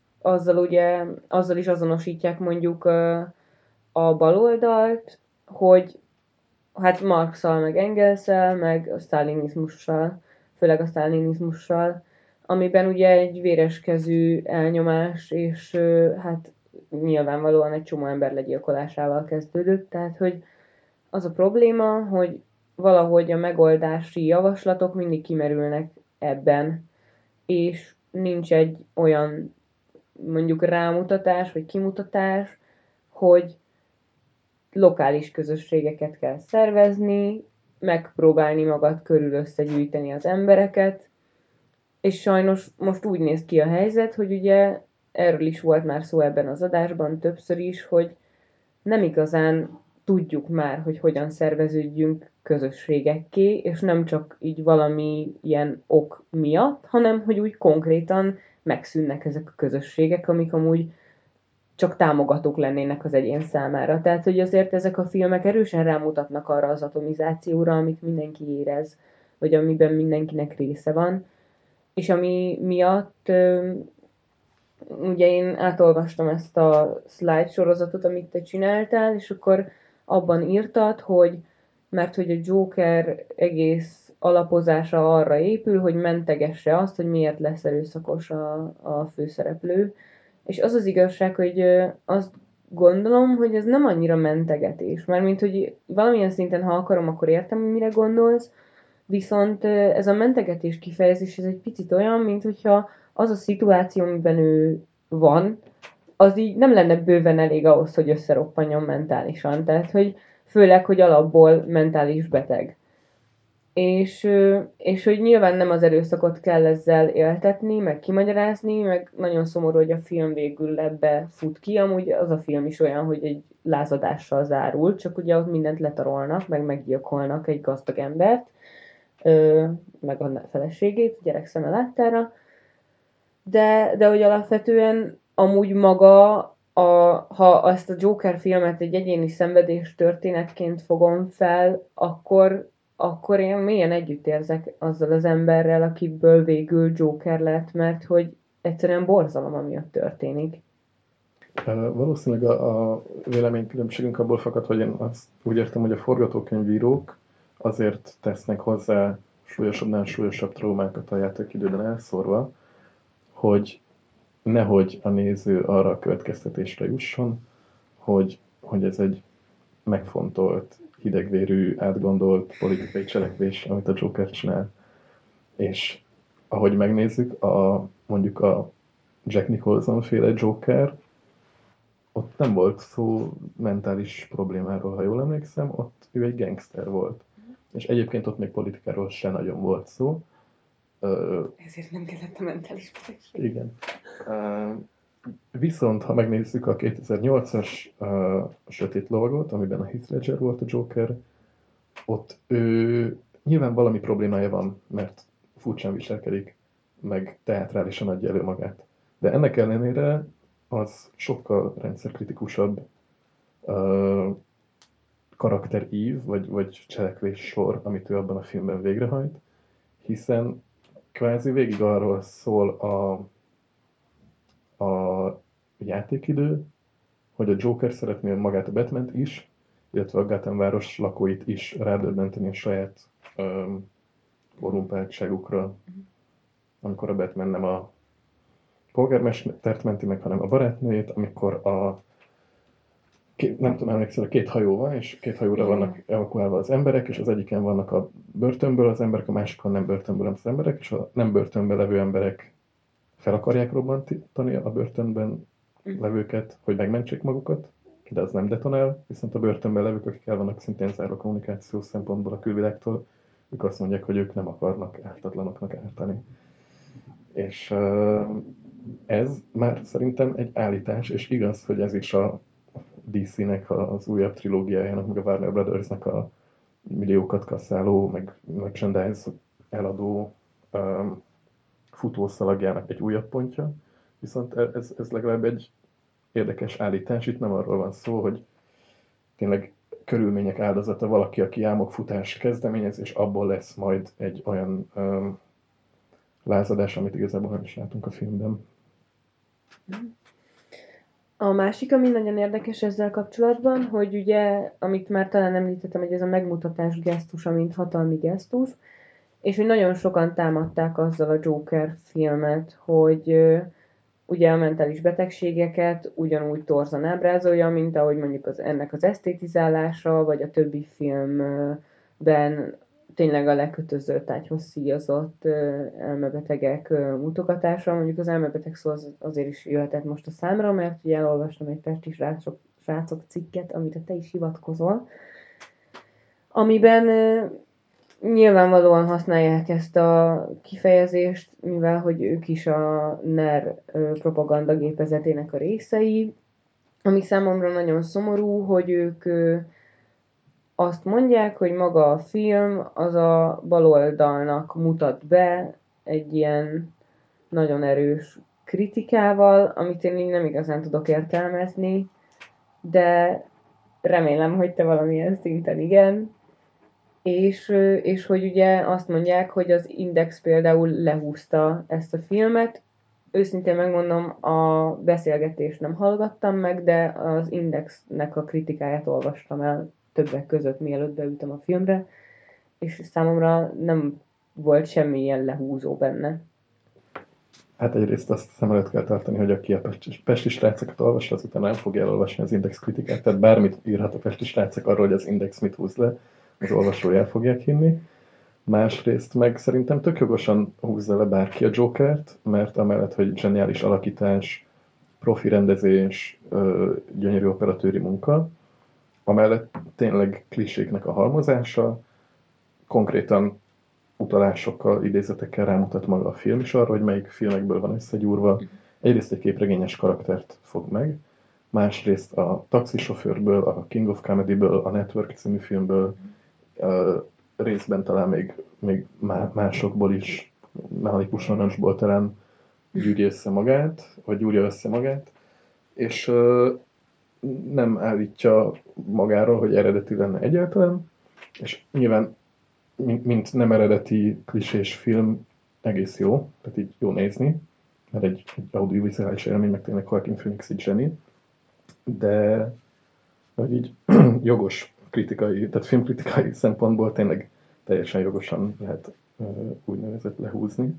azzal is azonosítják mondjuk a baloldalt, hogy hát Marxal, meg Engelszel, meg a sztálinizmussal, főleg a sztálinizmussal, amiben ugye egy véreskezű elnyomás, és hát nyilvánvalóan egy csomó ember legyilkolásával kezdődött, tehát hogy az a probléma, hogy valahogy a megoldási javaslatok mindig kimerülnek ebben, és nincs egy olyan mondjuk rámutatás, vagy kimutatás, hogy lokális közösségeket kell szervezni, megpróbálni magad körül összegyűjteni az embereket, és sajnos most úgy néz ki a helyzet, hogy ugye erről is volt már szó ebben az adásban többször is, hogy nem igazán tudjuk már, hogy hogyan szerveződjünk közösségekké, és nem csak így valami ilyen ok miatt, hanem hogy úgy konkrétan megszűnnek ezek a közösségek, amik amúgy csak támogatók lennének az egyén számára. Tehát, hogy azért ezek a filmek erősen rámutatnak arra az atomizációra, amit mindenki érez, vagy amiben mindenkinek része van, és ami miatt ugye én átolvastam ezt a slide sorozatot, amit te csináltál, és akkor abban írtad, hogy mert hogy a Joker egész alapozása arra épül, hogy mentegesse azt, hogy miért lesz erőszakos a főszereplő. És az az igazság, hogy azt gondolom, hogy ez nem annyira mentegetés. Mármint, hogy valamilyen szinten, ha akarom, akkor értem, hogy mire gondolsz, viszont ez a mentegetés kifejezés, ez egy picit olyan, mint hogyha az a szituáció, amiben ő van, az így nem lenne bőven elég ahhoz, hogy összeroppanjon mentálisan. Tehát, hogy főleg, hogy alapból mentális beteg. És hogy nyilván nem az erőszakot kell ezzel éltetni, meg kimagyarázni, meg nagyon szomorú, hogy a film végül ebbe fut ki. Amúgy az a film is olyan, hogy egy lázadással zárul, csak ugye ott mindent letarolnak, meg meggyilkolnak egy gazdag embert, meg a feleségét, gyerek szeme láttára. De hogy alapvetően amúgy maga, ha ezt a Joker filmet egy egyéni szenvedés történetként fogom fel, akkor én mélyen együtt érzek azzal az emberrel, akiből végül Joker lett, mert hogy egyszerűen borzalom, ami ott történik. Valószínűleg a véleménykülönbségünk abból fakad, hogy én azt úgy értem, hogy a forgatókönyvírók azért tesznek hozzá súlyosabbnál súlyosabb traumákat a játékidőben elszórva, hogy nehogy a néző arra a következtetésre jusson, hogy ez egy megfontolt, hidegvérű, átgondolt politikai cselekvés, amit a Joker csinál. És ahogy megnézzük, mondjuk a Jack Nicholson féle Joker, ott nem volt szó mentális problémáról, ha jól emlékszem, ott ő egy gangster volt. És egyébként ott még politikáról se nagyon volt szó. Ezért nem kellett a mentális betegség. Igen. Viszont, ha megnézzük a 2008-as Sötét Lovagot, amiben a Heath Ledger volt a Joker, ott ő nyilván valami problémája van, mert furcsán viselkedik, meg teátrálisan adja elő magát. De ennek ellenére az sokkal rendszerkritikusabb karakterív, vagy cselekvés sor, amit ő abban a filmben végrehajt, hiszen kvázi végig arról szól a játékidő, hogy a Joker szeretné magát a Batmant is, illetve a Gotham város lakóit is rádöbbenteni a saját korrumpáltságukra, amikor a Batman nem a polgármestert menti meg, hanem a barátnőjét, amikor nem tudom, emlékszel, a két hajó van, és két hajóra vannak evakuálva az emberek, és az egyiken vannak a börtönből az emberek, a másikon nem börtönből az emberek, és a nem börtönben levő emberek fel akarják robbantani a börtönben levőket, hogy megmentsék magukat, de az nem detonál, viszont a börtönben levők, akik el vannak szintén zárva kommunikációs szempontból a külvilágtól, ők azt mondják, hogy ők nem akarnak ártatlanoknak ártani. És ez már szerintem egy állítás, és igaz, hogy ez is a DC-nek az újabb trilógiájának, meg a Warner Brothers-nek a milliókat kasszáló, meg merchandise eladó futószalagjának egy újabb pontja. Viszont ez legalább egy érdekes állítás. Itt nem arról van szó, hogy tényleg körülmények áldozata valaki, aki álmokfutás kezdeményez, és abból lesz majd egy olyan lázadás, amit igazából nem is látunk a filmben. A másik, ami nagyon érdekes ezzel kapcsolatban, hogy ugye, amit már talán említettem, hogy ez a megmutatás gesztusa, mint hatalmi gesztus, és hogy nagyon sokan támadták azzal a Joker filmet, hogy ugye a mentális betegségeket ugyanúgy torzan ábrázolja, mint ahogy mondjuk ennek az esztétizálása, vagy a többi filmben tényleg a lekötözött, ágyhoz szíjazott elmebetegek mutogatása. Mondjuk az elmebeteg szó azért is jöhetett most a számra, mert ugye elolvastam egy Pesti srácok cikket, amit te is hivatkozol, amiben nyilvánvalóan használják ezt a kifejezést, mivel hogy ők is a NER propagandagépezetének a részei, ami számomra nagyon szomorú, hogy ők azt mondják, hogy maga a film az a baloldalnak mutat be egy ilyen nagyon erős kritikával, amit én így nem igazán tudok értelmezni, de remélem, hogy te valamilyen szinten igen. És hogy ugye azt mondják, hogy az Index például lehúzta ezt a filmet. Őszintén megmondom, a beszélgetést nem hallgattam meg, de az Indexnek a kritikáját olvastam el többek között, mielőtt beültem a filmre, és számomra nem volt semmilyen lehúzó benne. Hát egyrészt azt szem előtt kell tartani, hogy aki a Pesti srácokat olvassa, azután nem fogja elolvasni az Index kritikát, tehát bármit írhat a Pesti srácok arról, hogy az Index mit húz le, az olvasói el fogják hinni. Másrészt meg szerintem tök jogosan húzza le bárki a Jokert, mert amellett, hogy zseniális alakítás, profi rendezés, gyönyörű operatőri munka, amellett tényleg kliséknek a halmozása, konkrétan utalásokkal, idézetekkel rámutat maga a film is arra, hogy melyik filmekből van összegyúrva. Egyrészt egy képregényes karaktert fog meg, másrészt a taxisofőrből, a King of Comedy-ből, a Network című filmből, részben talán még másokból is, Mechanikus Narancsból talán gyűrje össze magát, vagy gyúrja össze magát, és nem állítja magáról, hogy eredeti lenne egyáltalán, és nyilván mint nem eredeti klisés film egész jó, tehát így jó nézni, mert egy audiovizuális élmény, meg tényleg Joaquin Phoenix egy zseni, de hogy így jogos kritikai, tehát filmkritikai szempontból tényleg teljesen jogosan lehet úgynevezett lehúzni.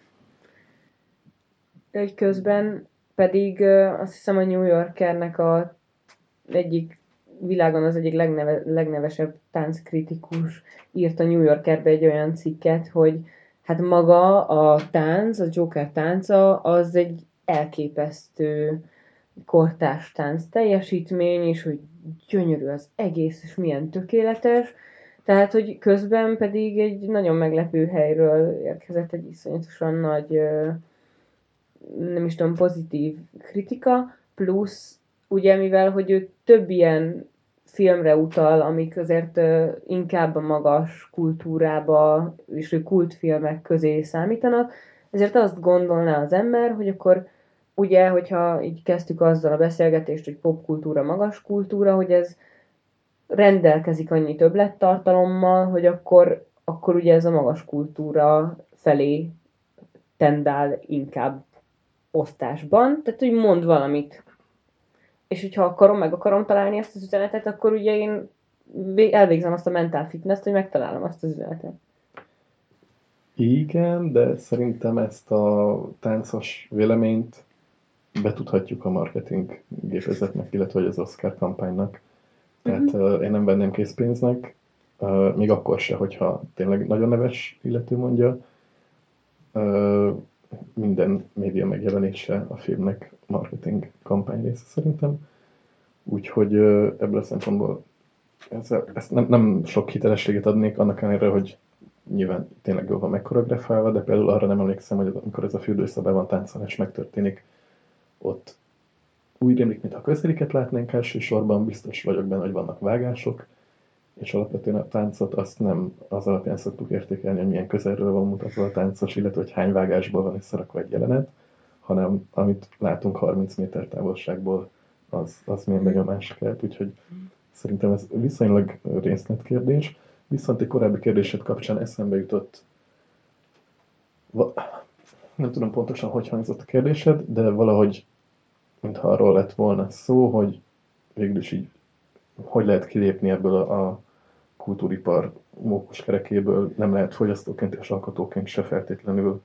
Egy közben pedig azt hiszem a New Yorkernek egyik világon az egyik legnevesebb tánckritikus írt a New Yorkerbe egy olyan cikket, hogy hát maga a tánc, a Joker tánca, az egy elképesztő kortárs tánc teljesítmény, és hogy gyönyörű az egész, és milyen tökéletes. Tehát, hogy közben pedig egy nagyon meglepő helyről érkezett egy iszonyatosan nagy, nem is tudom, pozitív kritika, plusz ugye mivel, hogy ő több ilyen filmre utal, amik azért inkább a magas kultúrába és kultfilmek közé számítanak, ezért azt gondolná az ember, hogy akkor ugye, hogyha így kezdtük azzal a beszélgetést, hogy popkultúra, magas kultúra, hogy ez rendelkezik annyi többlettartalommal, hogy akkor ugye ez a magas kultúra felé tendál inkább osztásban, tehát hogy mond valamit. És hogyha meg akarom találni ezt az üzenetet, akkor ugye én elvégzem azt a mental fitness-t, hogy megtalálom azt az üzenetet. Igen, de szerintem ezt a táncos véleményt betudhatjuk a marketing gépezetnek, illetve az Oscar kampánynak. Tehát én nem venném készpénznek, még akkor se, hogyha tényleg nagyon neves illető mondja. Minden média megjelenése a filmnek marketing kampány része szerintem. Úgyhogy ebből a szempontból ezt nem sok hitelességet adnék, annak ellenére, hogy nyilván tényleg jól van megkoreografálva, de például arra nem emlékszem, hogy amikor ez a fürdőszobában táncolás megtörténik, ott úgy rémlik, mintha közeliket látnánk elsősorban, biztos vagyok benne, hogy vannak vágások, és alapvetően a táncot azt nem az alapján szoktuk értékelni, hogy milyen közelről van mutatva a táncos, illetve hogy hány vágásból van összerakva egy jelenet, hanem amit látunk 30 méter távolságból, az milyen benyomás kelt, úgyhogy szerintem ez viszonylag részletkérdés. Viszont egy korábbi kérdésed kapcsán eszembe jutott, nem tudom pontosan, hogy hangzott a kérdésed, de valahogy, mintha arról lett volna szó, hogy végül is így, hogy lehet kilépni ebből a kultúripar mókuskerekéből, nem lehet fogyasztóként és alkotóként se feltétlenül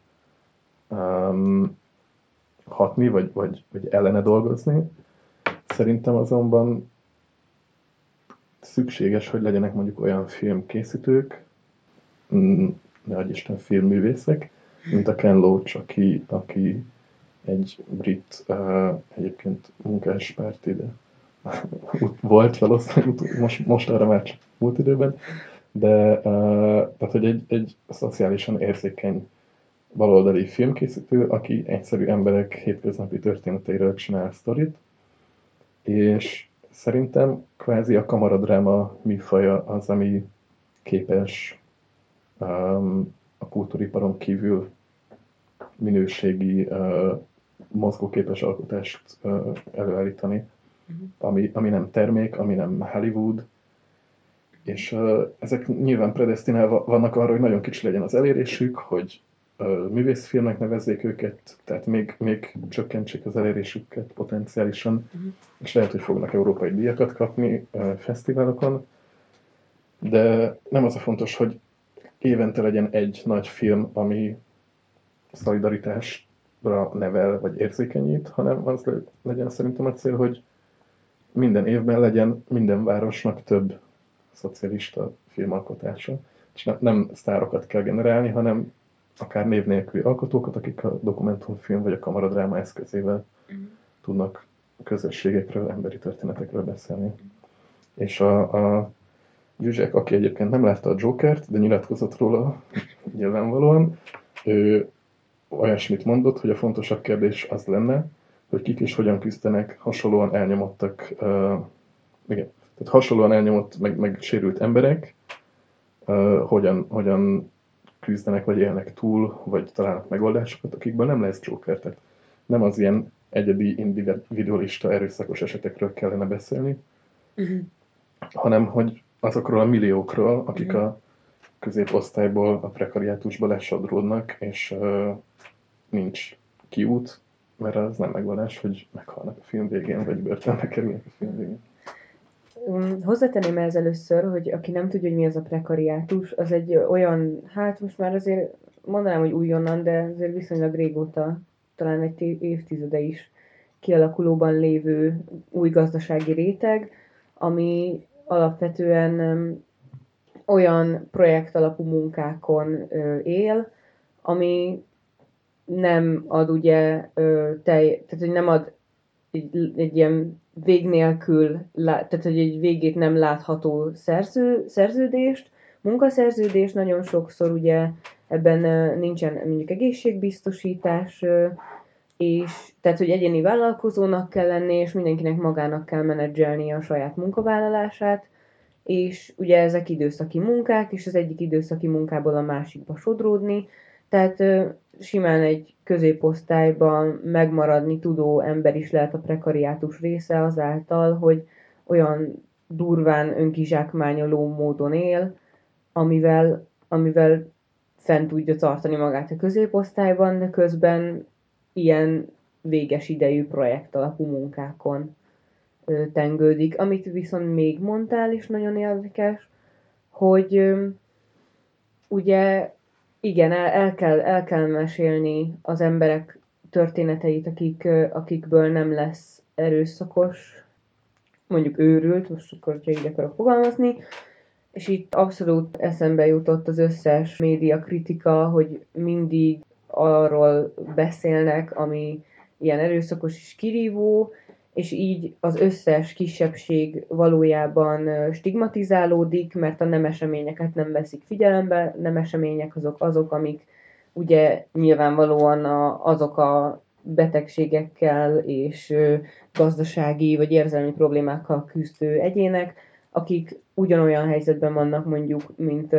hatni, vagy ellene dolgozni. Szerintem azonban szükséges, hogy legyenek mondjuk olyan filmkészítők, ne adj Isten filmművészek, mint a Ken Loach, aki egy brit, egyébként munkáspárti, de volt valószínűleg, most arra már csak múlt időben, de tehát, hogy egy szociálisan érzékeny baloldali filmkészítő, aki egyszerű emberek hétköznapi történeteiről csinál sztorit, és szerintem kvázi a kamaradráma műfaja az, ami képes a kultúriparon kívül minőségi mozgóképes alkotást előállítani, ami nem termék, ami nem Hollywood, és ezek nyilván predesztinálva vannak arra, hogy nagyon kicsi legyen az elérésük, hogy művészfilmnek nevezzék őket, tehát még csökkentsék az elérésüket potenciálisan, és lehet, hogy fognak európai díjakat kapni fesztiválokon, de nem az a fontos, hogy évente legyen egy nagy film, ami szolidaritásra nevel, vagy érzékenyít, hanem az legyen szerintem a cél, hogy minden évben legyen minden városnak több szocialista filmalkotása. És nem sztárokat kell generálni, hanem akár név nélküli alkotókat, akik a dokumentumfilm vagy a kamaradráma eszközével tudnak közösségekről, emberi történetekről beszélni. És a Zsuzsák, aki egyébként nem látta a Jokert, de nyilatkozott róla nyilvánvalóan, ő olyasmit mondott, hogy a fontosabb kérdés az lenne, hogy kik és hogyan küzdenek hasonlóan elnyomottak, igen, tehát hasonlóan elnyomott, meg sérült emberek, hogyan küzdenek, vagy élnek túl, vagy találnak megoldásokat, akikből nem lesz Joker. Tehát nem az ilyen egyedi, individualista, erőszakos esetekről kellene beszélni, hanem hogy azokról a milliókról, akik a középosztályból, a prekariátusba lesodródnak, és nincs kiút, mert az nem megoldás, hogy meghalnak a film végén, vagy börtönbe kerülnek a film végén. Hozzátenném ez először, hogy aki nem tudja, hogy mi az a prekariátus, az egy olyan, hát most már azért mondanám, hogy újonnan, de azért viszonylag régóta, talán egy évtizede is kialakulóban lévő új gazdasági réteg, ami alapvetően olyan projektalapú munkákon él, ami nem ad ugye tehát hogy nem ad egy ilyen vég nélkül, tehát hogy egy végét nem látható szerződést, munkaszerződés, nagyon sokszor ugye ebben nincsen mondjuk egészségbiztosítás, és tehát, hogy egyéni vállalkozónak kell lenni, és mindenkinek magának kell menedzselni a saját munkavállalását, és ugye ezek időszaki munkák, és az egyik időszaki munkából a másikba sodródni, tehát simán egy középosztályban megmaradni tudó ember is lehet a prekariátus része azáltal, hogy olyan durván önkizsákmányoló módon él, amivel fent tudja tartani magát a középosztályban, de közben ilyen véges idejű projekt alapú munkákon tengődik. Amit viszont még mondtál, és nagyon érdekes, hogy ugye igen, el kell mesélni az emberek történeteit, akikből nem lesz erőszakos, mondjuk őrült, most akkor, hogyha így akarok fogalmazni, és itt abszolút eszembe jutott az összes média kritika, hogy mindig arról beszélnek, ami ilyen erőszakos és kirívó, és így az összes kisebbség valójában stigmatizálódik, mert a nem eseményeket nem veszik figyelembe, nem események azok, amik ugye nyilvánvalóan azok a betegségekkel és gazdasági vagy érzelmi problémákkal küzdő egyének, akik ugyanolyan helyzetben vannak mondjuk, mint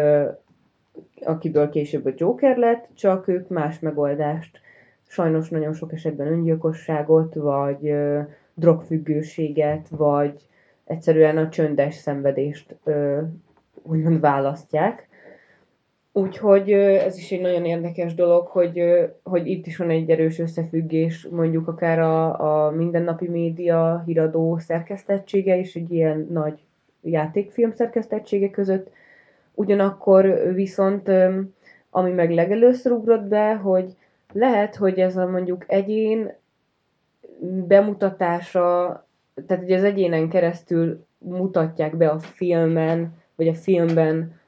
akiből később a Joker lett, csak ők más megoldást, sajnos nagyon sok esetben öngyilkosságot, vagy drogfüggőséget, vagy egyszerűen a csöndes szenvedést úgymond választják. Úgyhogy ez is egy nagyon érdekes dolog, hogy itt is van egy erős összefüggés, mondjuk akár a mindennapi média híradó szerkesztettsége és egy ilyen nagy játékfilm szerkesztettsége között. Ugyanakkor viszont, ami meg legelőször ugrott be, hogy lehet, hogy ez a mondjuk egyén bemutatása, tehát hogy az egyénen keresztül mutatják be a filmen, vagy a filmben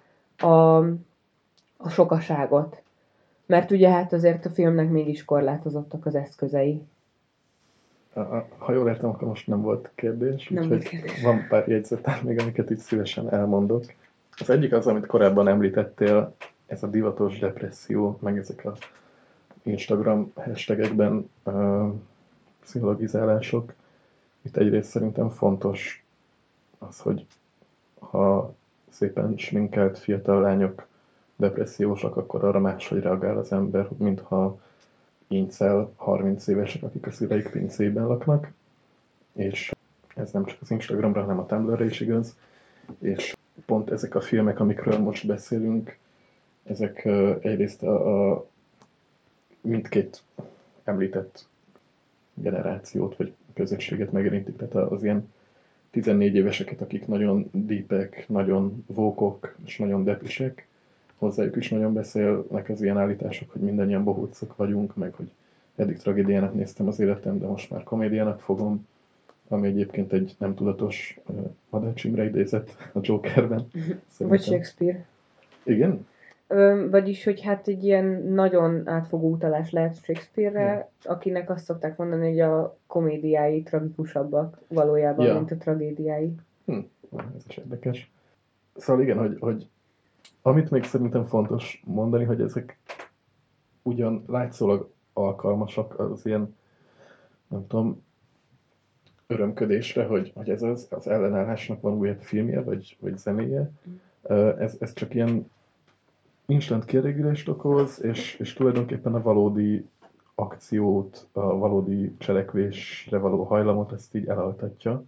a sokaságot. Mert ugye hát azért a filmnek mégis korlátozottak az eszközei. Ha jól értem, akkor most nem volt kérdés, Nem úgyhogy volt kérdés. van pár jegyzetem még, amiket itt szívesen elmondok. Az egyik az, amit korábban említettél, ez a divatos depresszió, meg ezek a Instagram hashtagekben pszichologizálások. Itt egyrészt szerintem fontos az, hogy ha szépen sminkelt fiatal lányok depressziósak, akkor arra máshogy reagál az ember, mintha incel 30 évesek, akik a szüleik pincében laknak, és ez nem csak az Instagramra, hanem a Tumblr-ra is igaz, és pont ezek a filmek, amikről most beszélünk, ezek egyrészt a mindkét említett generációt vagy közösséget megérintik, tehát az ilyen 14 éveseket, akik nagyon deepek, nagyon vókok és nagyon depisek, hozzájuk is nagyon beszélnek az ilyen állítások, hogy mindannyian bohócok vagyunk, meg hogy eddig tragédiának néztem az életem, de most már komédiának fogom, ami egyébként egy nem tudatos Madács Imre idézet a Jokerben. Vagy Shakespeare. Igen? Vagyis, hogy hát egy ilyen nagyon átfogó utalás lehet Shakespeare-re, akinek azt szokták mondani, hogy a komédiái tragikusabbak valójában, mint a tragédiái. Ez is érdekes. Szóval igen, hogy amit még szerintem fontos mondani, hogy ezek ugyan látszólag alkalmasak az ilyen, nem tudom, örömködésre, hogy ez az ellenállásnak van újabb filmje, vagy zenéje. Ez csak ilyen instant kielégülést okoz, és tulajdonképpen a valódi akciót, a valódi cselekvésre való hajlamot ezt így elaltatja.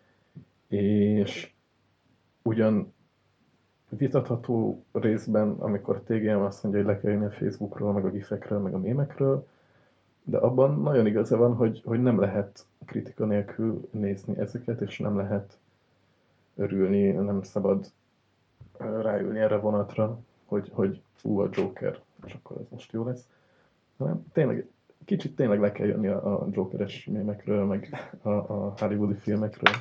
És ugyan vitatható részben, amikor TGM azt mondja, hogy le kell jönni a Facebookról, meg a gifekről, meg a mémekről, de abban nagyon igaza van, hogy nem lehet kritika nélkül nézni ezeket, és nem lehet örülni, nem szabad ráülni erre vonatra, hogy a Joker, és akkor ez most jó lesz. Hanem tényleg, kicsit tényleg le kell jönni a Jokeres mémekről, meg a hollywoodi filmekről.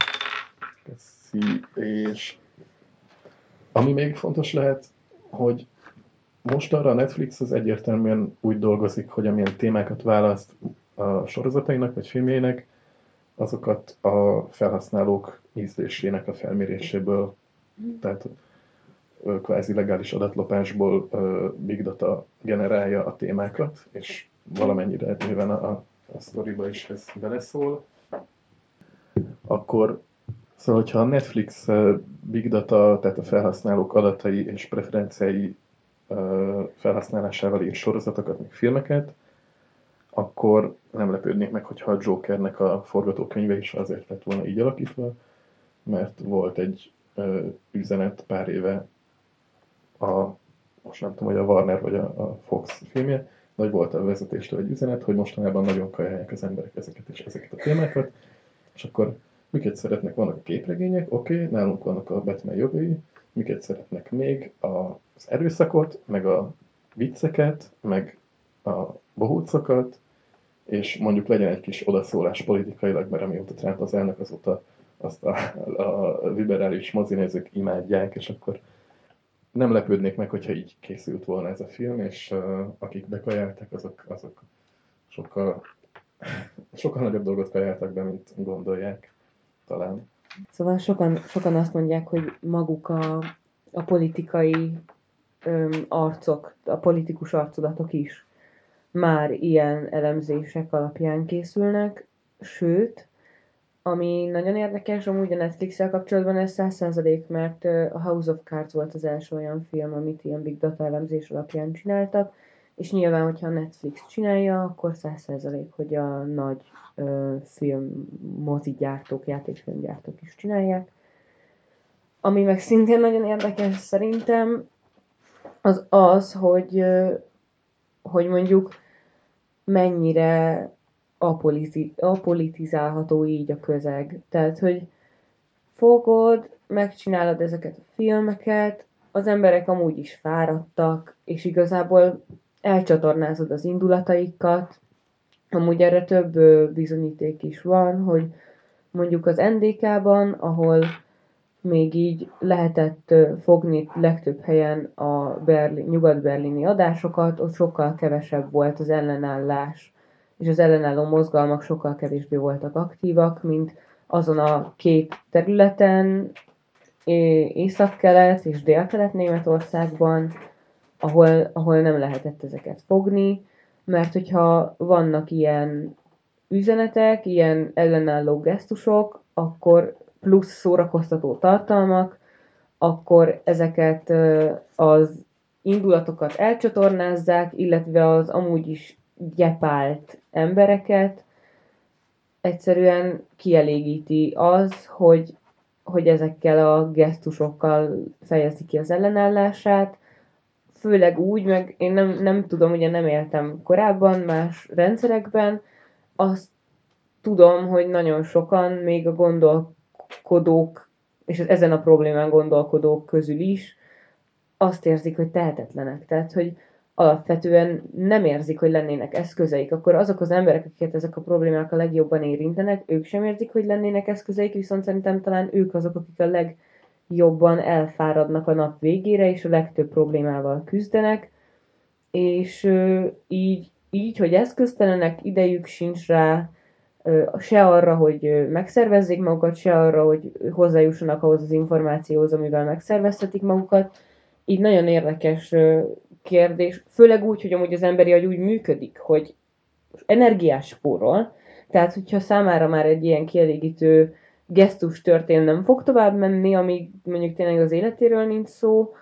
És ami még fontos lehet, hogy most arra a Netflix az egyértelműen úgy dolgozik, hogy amilyen témákat választ a sorozatainak vagy filmjeinek, azokat a felhasználók ízlésének a felméréséből, tehát kvázi legális adatlopásból Big Data generálja a témákat, és valamennyire nyilván a sztoriba is ez beleszól. Akkor szóval, hogyha a Netflix Big Data, tehát a felhasználók adatai és preferenciái felhasználásával ír sorozatokat, meg filmeket, akkor nem lepődnék meg, hogyha a Jokernek a forgatókönyve is azért lett volna így alakítva, mert volt egy üzenet pár éve most nem tudom, hogy a Warner vagy a Fox filmje, de hogy volt a vezetéstől egy üzenet, hogy mostanában nagyon kajálják az emberek ezeket és ezeket a témákat, és akkor miket szeretnek, vannak a képregények, oké, nálunk vannak a Batman jogai, miket szeretnek még, az erőszakot, meg a vicceket, meg a bohócokat, és mondjuk legyen egy kis odaszólás politikailag, mert amióta Trump az elnök, azóta azt a liberális mozinézők imádják, és akkor nem lepődnék meg, hogyha így készült volna ez a film, és akik bekajáltak, azok sokkal, sokkal nagyobb dolgot kajáltak be, mint gondolják, talán. Szóval sokan azt mondják, hogy maguk a politikai arcok, a politikus arculatok is már ilyen elemzések alapján készülnek, sőt, ami nagyon érdekes, amúgy a Netflix-el kapcsolatban ez 100%, mert a House of Cards volt az első olyan film, amit ilyen big data elemzés alapján csináltak, és nyilván, hogyha a Netflix csinálja, akkor 100%, hogy a nagy film mozigyártók, játékfilmgyártók is csinálják. Ami meg szintén nagyon érdekes szerintem, az, hogy mondjuk mennyire apolitizálható így a közeg. Tehát, hogy fogod, megcsinálod ezeket a filmeket, az emberek amúgy is fáradtak, és igazából elcsatornázod az indulataikat. Amúgy erre több bizonyíték is van, hogy mondjuk az NDK-ban, ahol még így lehetett fogni legtöbb helyen a nyugat-berlini adásokat, ott sokkal kevesebb volt az ellenállás, és az ellenálló mozgalmak sokkal kevésbé voltak aktívak, mint azon a két területen, észak-kelet és dél-kelet Németországban, ahol nem lehetett ezeket fogni, mert hogyha vannak ilyen üzenetek, ilyen ellenálló gesztusok, akkor plusz szórakoztató tartalmak, akkor ezeket az indulatokat elcsatornázzák, illetve az amúgy is gyepált embereket egyszerűen kielégíti az, hogy ezekkel a gesztusokkal fejezi ki az ellenállását, főleg úgy, meg én nem tudom, ugye nem éltem korábban más rendszerekben, azt tudom, hogy nagyon sokan, még a gondolkodók, és ezen a problémán gondolkodók közül is, azt érzik, hogy tehetetlenek. Tehát, hogy alapvetően nem érzik, hogy lennének eszközeik. Akkor azok az emberek, akiket ezek a problémák a legjobban érintenek, ők sem érzik, hogy lennének eszközeik, viszont szerintem talán ők azok, akik a legjobban elfáradnak a nap végére, és a legtöbb problémával küzdenek, és így, hogy eszköztelenek, idejük sincs rá, se arra, hogy megszervezzék magukat, se arra, hogy hozzájussanak ahhoz az információhoz, amivel megszervezhetik magukat. Így nagyon érdekes kérdés, főleg úgy, hogy amúgy az emberi agy úgy működik, hogy energiás spórol, tehát hogyha számára már egy ilyen kielégítő gesztus történ, nem fog tovább menni, amíg mondjuk tényleg az életéről nincs szó,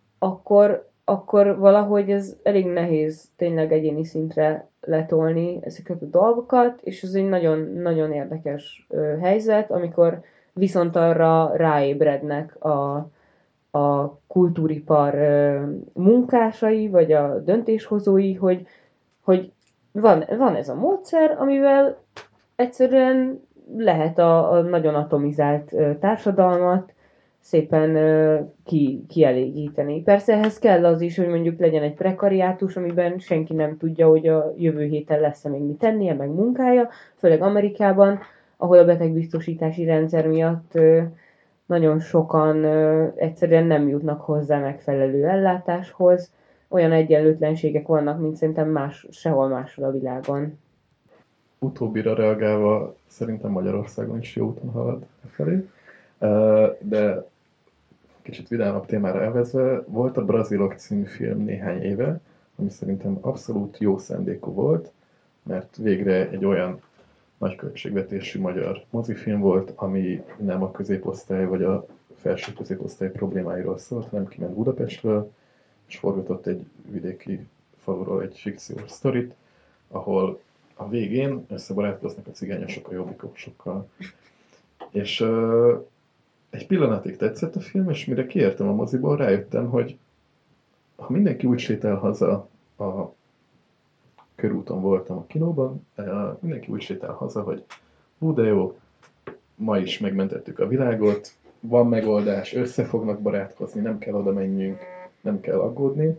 akkor valahogy ez elég nehéz tényleg egyéni szintre letolni ezeket a dolgokat, és ez egy nagyon érdekes helyzet, amikor viszont arra ráébrednek a kultúripar munkásai, vagy a döntéshozói, hogy van ez a módszer, amivel egyszerűen lehet a nagyon atomizált társadalmat szépen kielégíteni. Persze ehhez kell az is, hogy mondjuk legyen egy prekariátus, amiben senki nem tudja, hogy a jövő héten lesz-e még mit tennie, meg munkája, főleg Amerikában, ahol a betegbiztosítási rendszer miatt nagyon sokan egyszerűen nem jutnak hozzá megfelelő ellátáshoz. Olyan egyenlőtlenségek vannak, mint szerintem sehol máshol a világon. Utóbbira reagálva szerintem Magyarországon is jó úton halad felé. De kicsit vidámabb témára elvezve, volt a Brazilok című film néhány éve, ami szerintem abszolút jó szándékú volt, mert végre egy olyan nagy költségvetésű magyar mozifilm volt, ami nem a középosztály vagy a felső középosztály problémáiról szólt, hanem kiment Budapestről, és forgatott egy vidéki faluról egy fikciós sztorit, ahol a végén összebarátkoznak a cigányosok a jobbikosokkal. És egy pillanatig tetszett a film, és mire kiértem a moziból, rájöttem, hogy ha mindenki úgy sétál haza, a körúton voltam a kinóban, mindenki úgy sétál haza, hogy hú de jó, ma is megmentettük a világot, van megoldás, össze fognak barátkozni, nem kell oda menjünk, nem kell aggódni,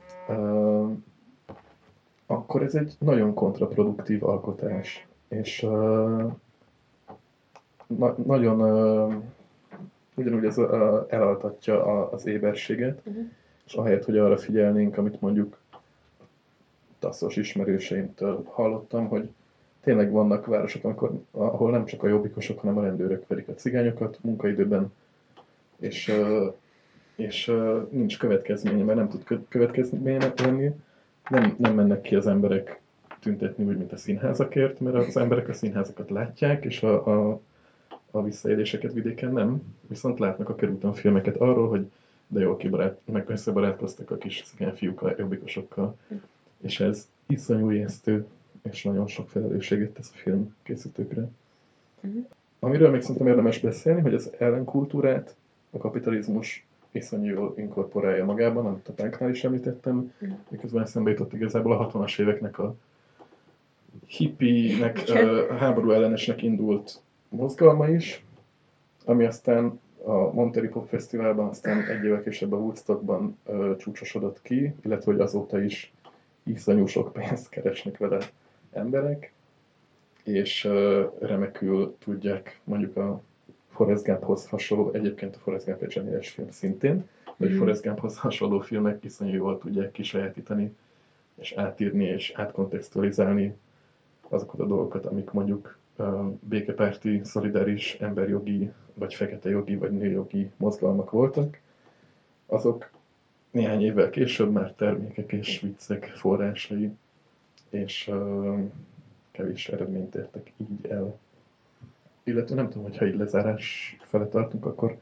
akkor ez egy nagyon kontraproduktív alkotás, és nagyon ugyanúgy ez elaltatja az éberséget, és ahelyett, hogy arra figyelnénk, amit mondjuk taszos ismerőseimtől hallottam, hogy tényleg vannak városok, ahol nem csak a jobbikosok, hanem a rendőrök verik a cigányokat munkaidőben, és nincs következménye, mert nem tud következménye lenni. Nem mennek ki az emberek tüntetni úgy, mint a színházakért, mert az emberek a színházakat látják, és a visszaéléseket vidéken nem. Viszont látnak a körúton filmeket arról, hogy de jól meg összebarátkoztak a kis cigány fiúk a jobbikosokkal. És ez iszonyú ijesztő, és nagyon sok felelősséget tesz a film készítőkre. Amiről még szerintem érdemes beszélni, hogy az ellenkultúrát a kapitalizmus iszonyú jól inkorporálja magában, amit a pánknál is említettem, miközben eszembe jutott igazából a 60-as éveknek a hippinek, háború ellenesnek indult mozgalma is, ami aztán a Monterey Pop Fesztiválban, aztán egy évvel később a Woodstockban csúcsosodott ki, illetve hogy azóta is iszonyú sok pénzt keresnek vele emberek, és remekül tudják mondjuk a Forrest Gumphoz hasonló, egyébként a Forrest Gump egy zseniális film szintén, de hogy Forrest Gumphoz hasonló filmek iszonyú jól tudják kisajátítani, és átírni, és átkontextualizálni azokat a dolgokat, amik mondjuk békepárti, szolidáris, emberjogi, vagy fekete jogi, vagy nőjogi mozgalmak voltak, azok néhány évvel később már termékek és viccek forrásai, és kevés eredményt értek így el. Illetve nem tudom, hogyha így lezárás fele tartunk, akkor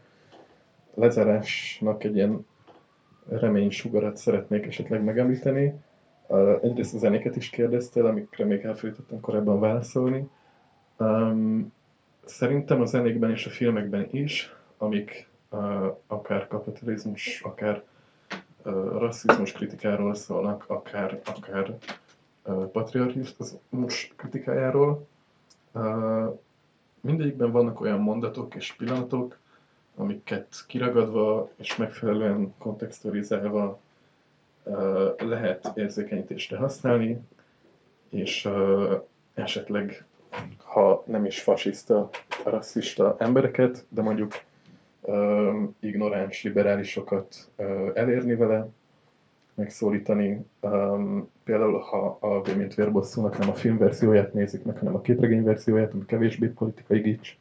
lezárásnak egy ilyen reménysugarat szeretnék esetleg megemlíteni, Egyrészt a zenéket is kérdeztél, amikre még elfelejtettem korábban válaszolni. Um, Szerintem a zenékben és a filmekben is, amik akár kapitalizmus, akár rasszizmus kritikáról szólnak, akár patriarchizmus kritikájáról, mindegyikben vannak olyan mondatok és pillanatok, amiket kiragadva és megfelelően kontextualizálva lehet érzékenyítésre használni, és esetleg, ha nem is fasiszta, rasszista embereket, de mondjuk ignoráns liberálisokat elérni vele, megszólítani. Például, ha a V mint vérbosszúnak nem a filmverzióját nézik meg, hanem a képregényverzióját, ami kevésbé politikai gics,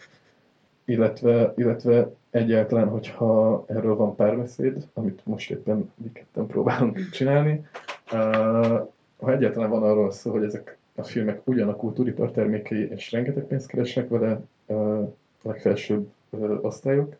illetve egyáltalán, hogyha erről van párbeszéd, amit most éppen mi ketten próbálunk csinálni, ha egyáltalán van arról szó, hogy ezek a filmek ugyan a kultúripar termékei, és rengeteg pénzt keresnek vele a legfelsőbb osztályok,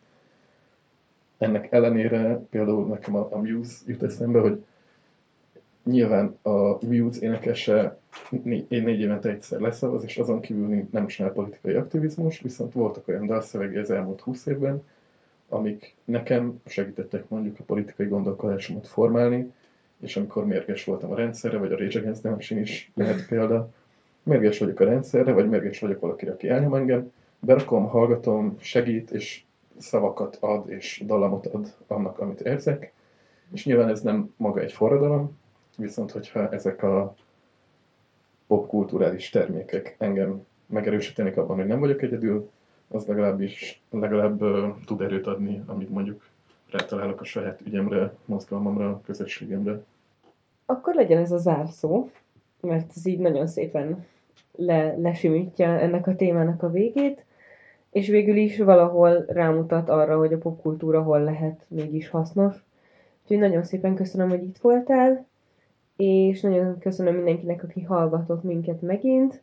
ennek ellenére például nekem a Muse jut eszembe, hogy nyilván a Muse énekese 4 évente egyszer leszavaz, és azon kívül nem csinál politikai aktivizmus, viszont voltak olyan dalszövegei az elmúlt 20 évben, amik nekem segítettek mondjuk a politikai gondolkodásomat formálni, és amikor mérges voltam a rendszerre, vagy a Rage Against the Machine is lehet példa, mérges vagyok a rendszerre, vagy mérges vagyok valakire, aki elnyom engem, berakom, hallgatom, segít, és szavakat ad, és dallamot ad annak, amit érzek, és nyilván ez nem maga egy forradalom, viszont hogyha ezek a popkulturális termékek engem megerősítenek abban, hogy nem vagyok egyedül, az legalább tud erőt adni, amit mondjuk rátalálok a saját ügyemre, mozgalmamra, közösségemre. Akkor legyen ez a zárszó, mert ez így nagyon szépen lesimítja ennek a témának a végét, és végül is valahol rámutat arra, hogy a popkultúra hol lehet mégis hasznos. Úgyhogy nagyon szépen köszönöm, hogy itt voltál, és nagyon köszönöm mindenkinek, aki hallgatott minket megint.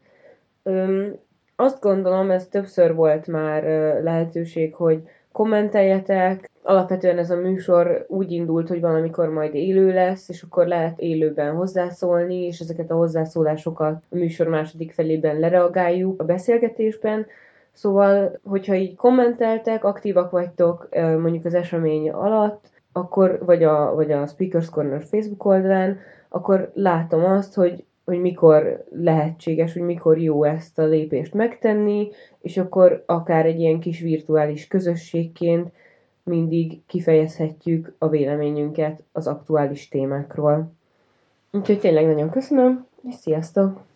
Azt gondolom, ez többször volt már lehetőség, hogy kommenteljetek. Alapvetően ez a műsor úgy indult, hogy valamikor majd élő lesz, és akkor lehet élőben hozzászólni, és ezeket a hozzászólásokat a műsor második felében lereagáljuk a beszélgetésben. Szóval, hogyha így kommenteltek, aktívak vagytok mondjuk az esemény alatt, akkor, vagy a Speakers Corner Facebook oldalán, akkor látom azt, hogy mikor lehetséges, hogy mikor jó ezt a lépést megtenni, és akkor akár egy ilyen kis virtuális közösségként mindig kifejezhetjük a véleményünket az aktuális témákról. Úgyhogy tényleg nagyon köszönöm, és sziasztok!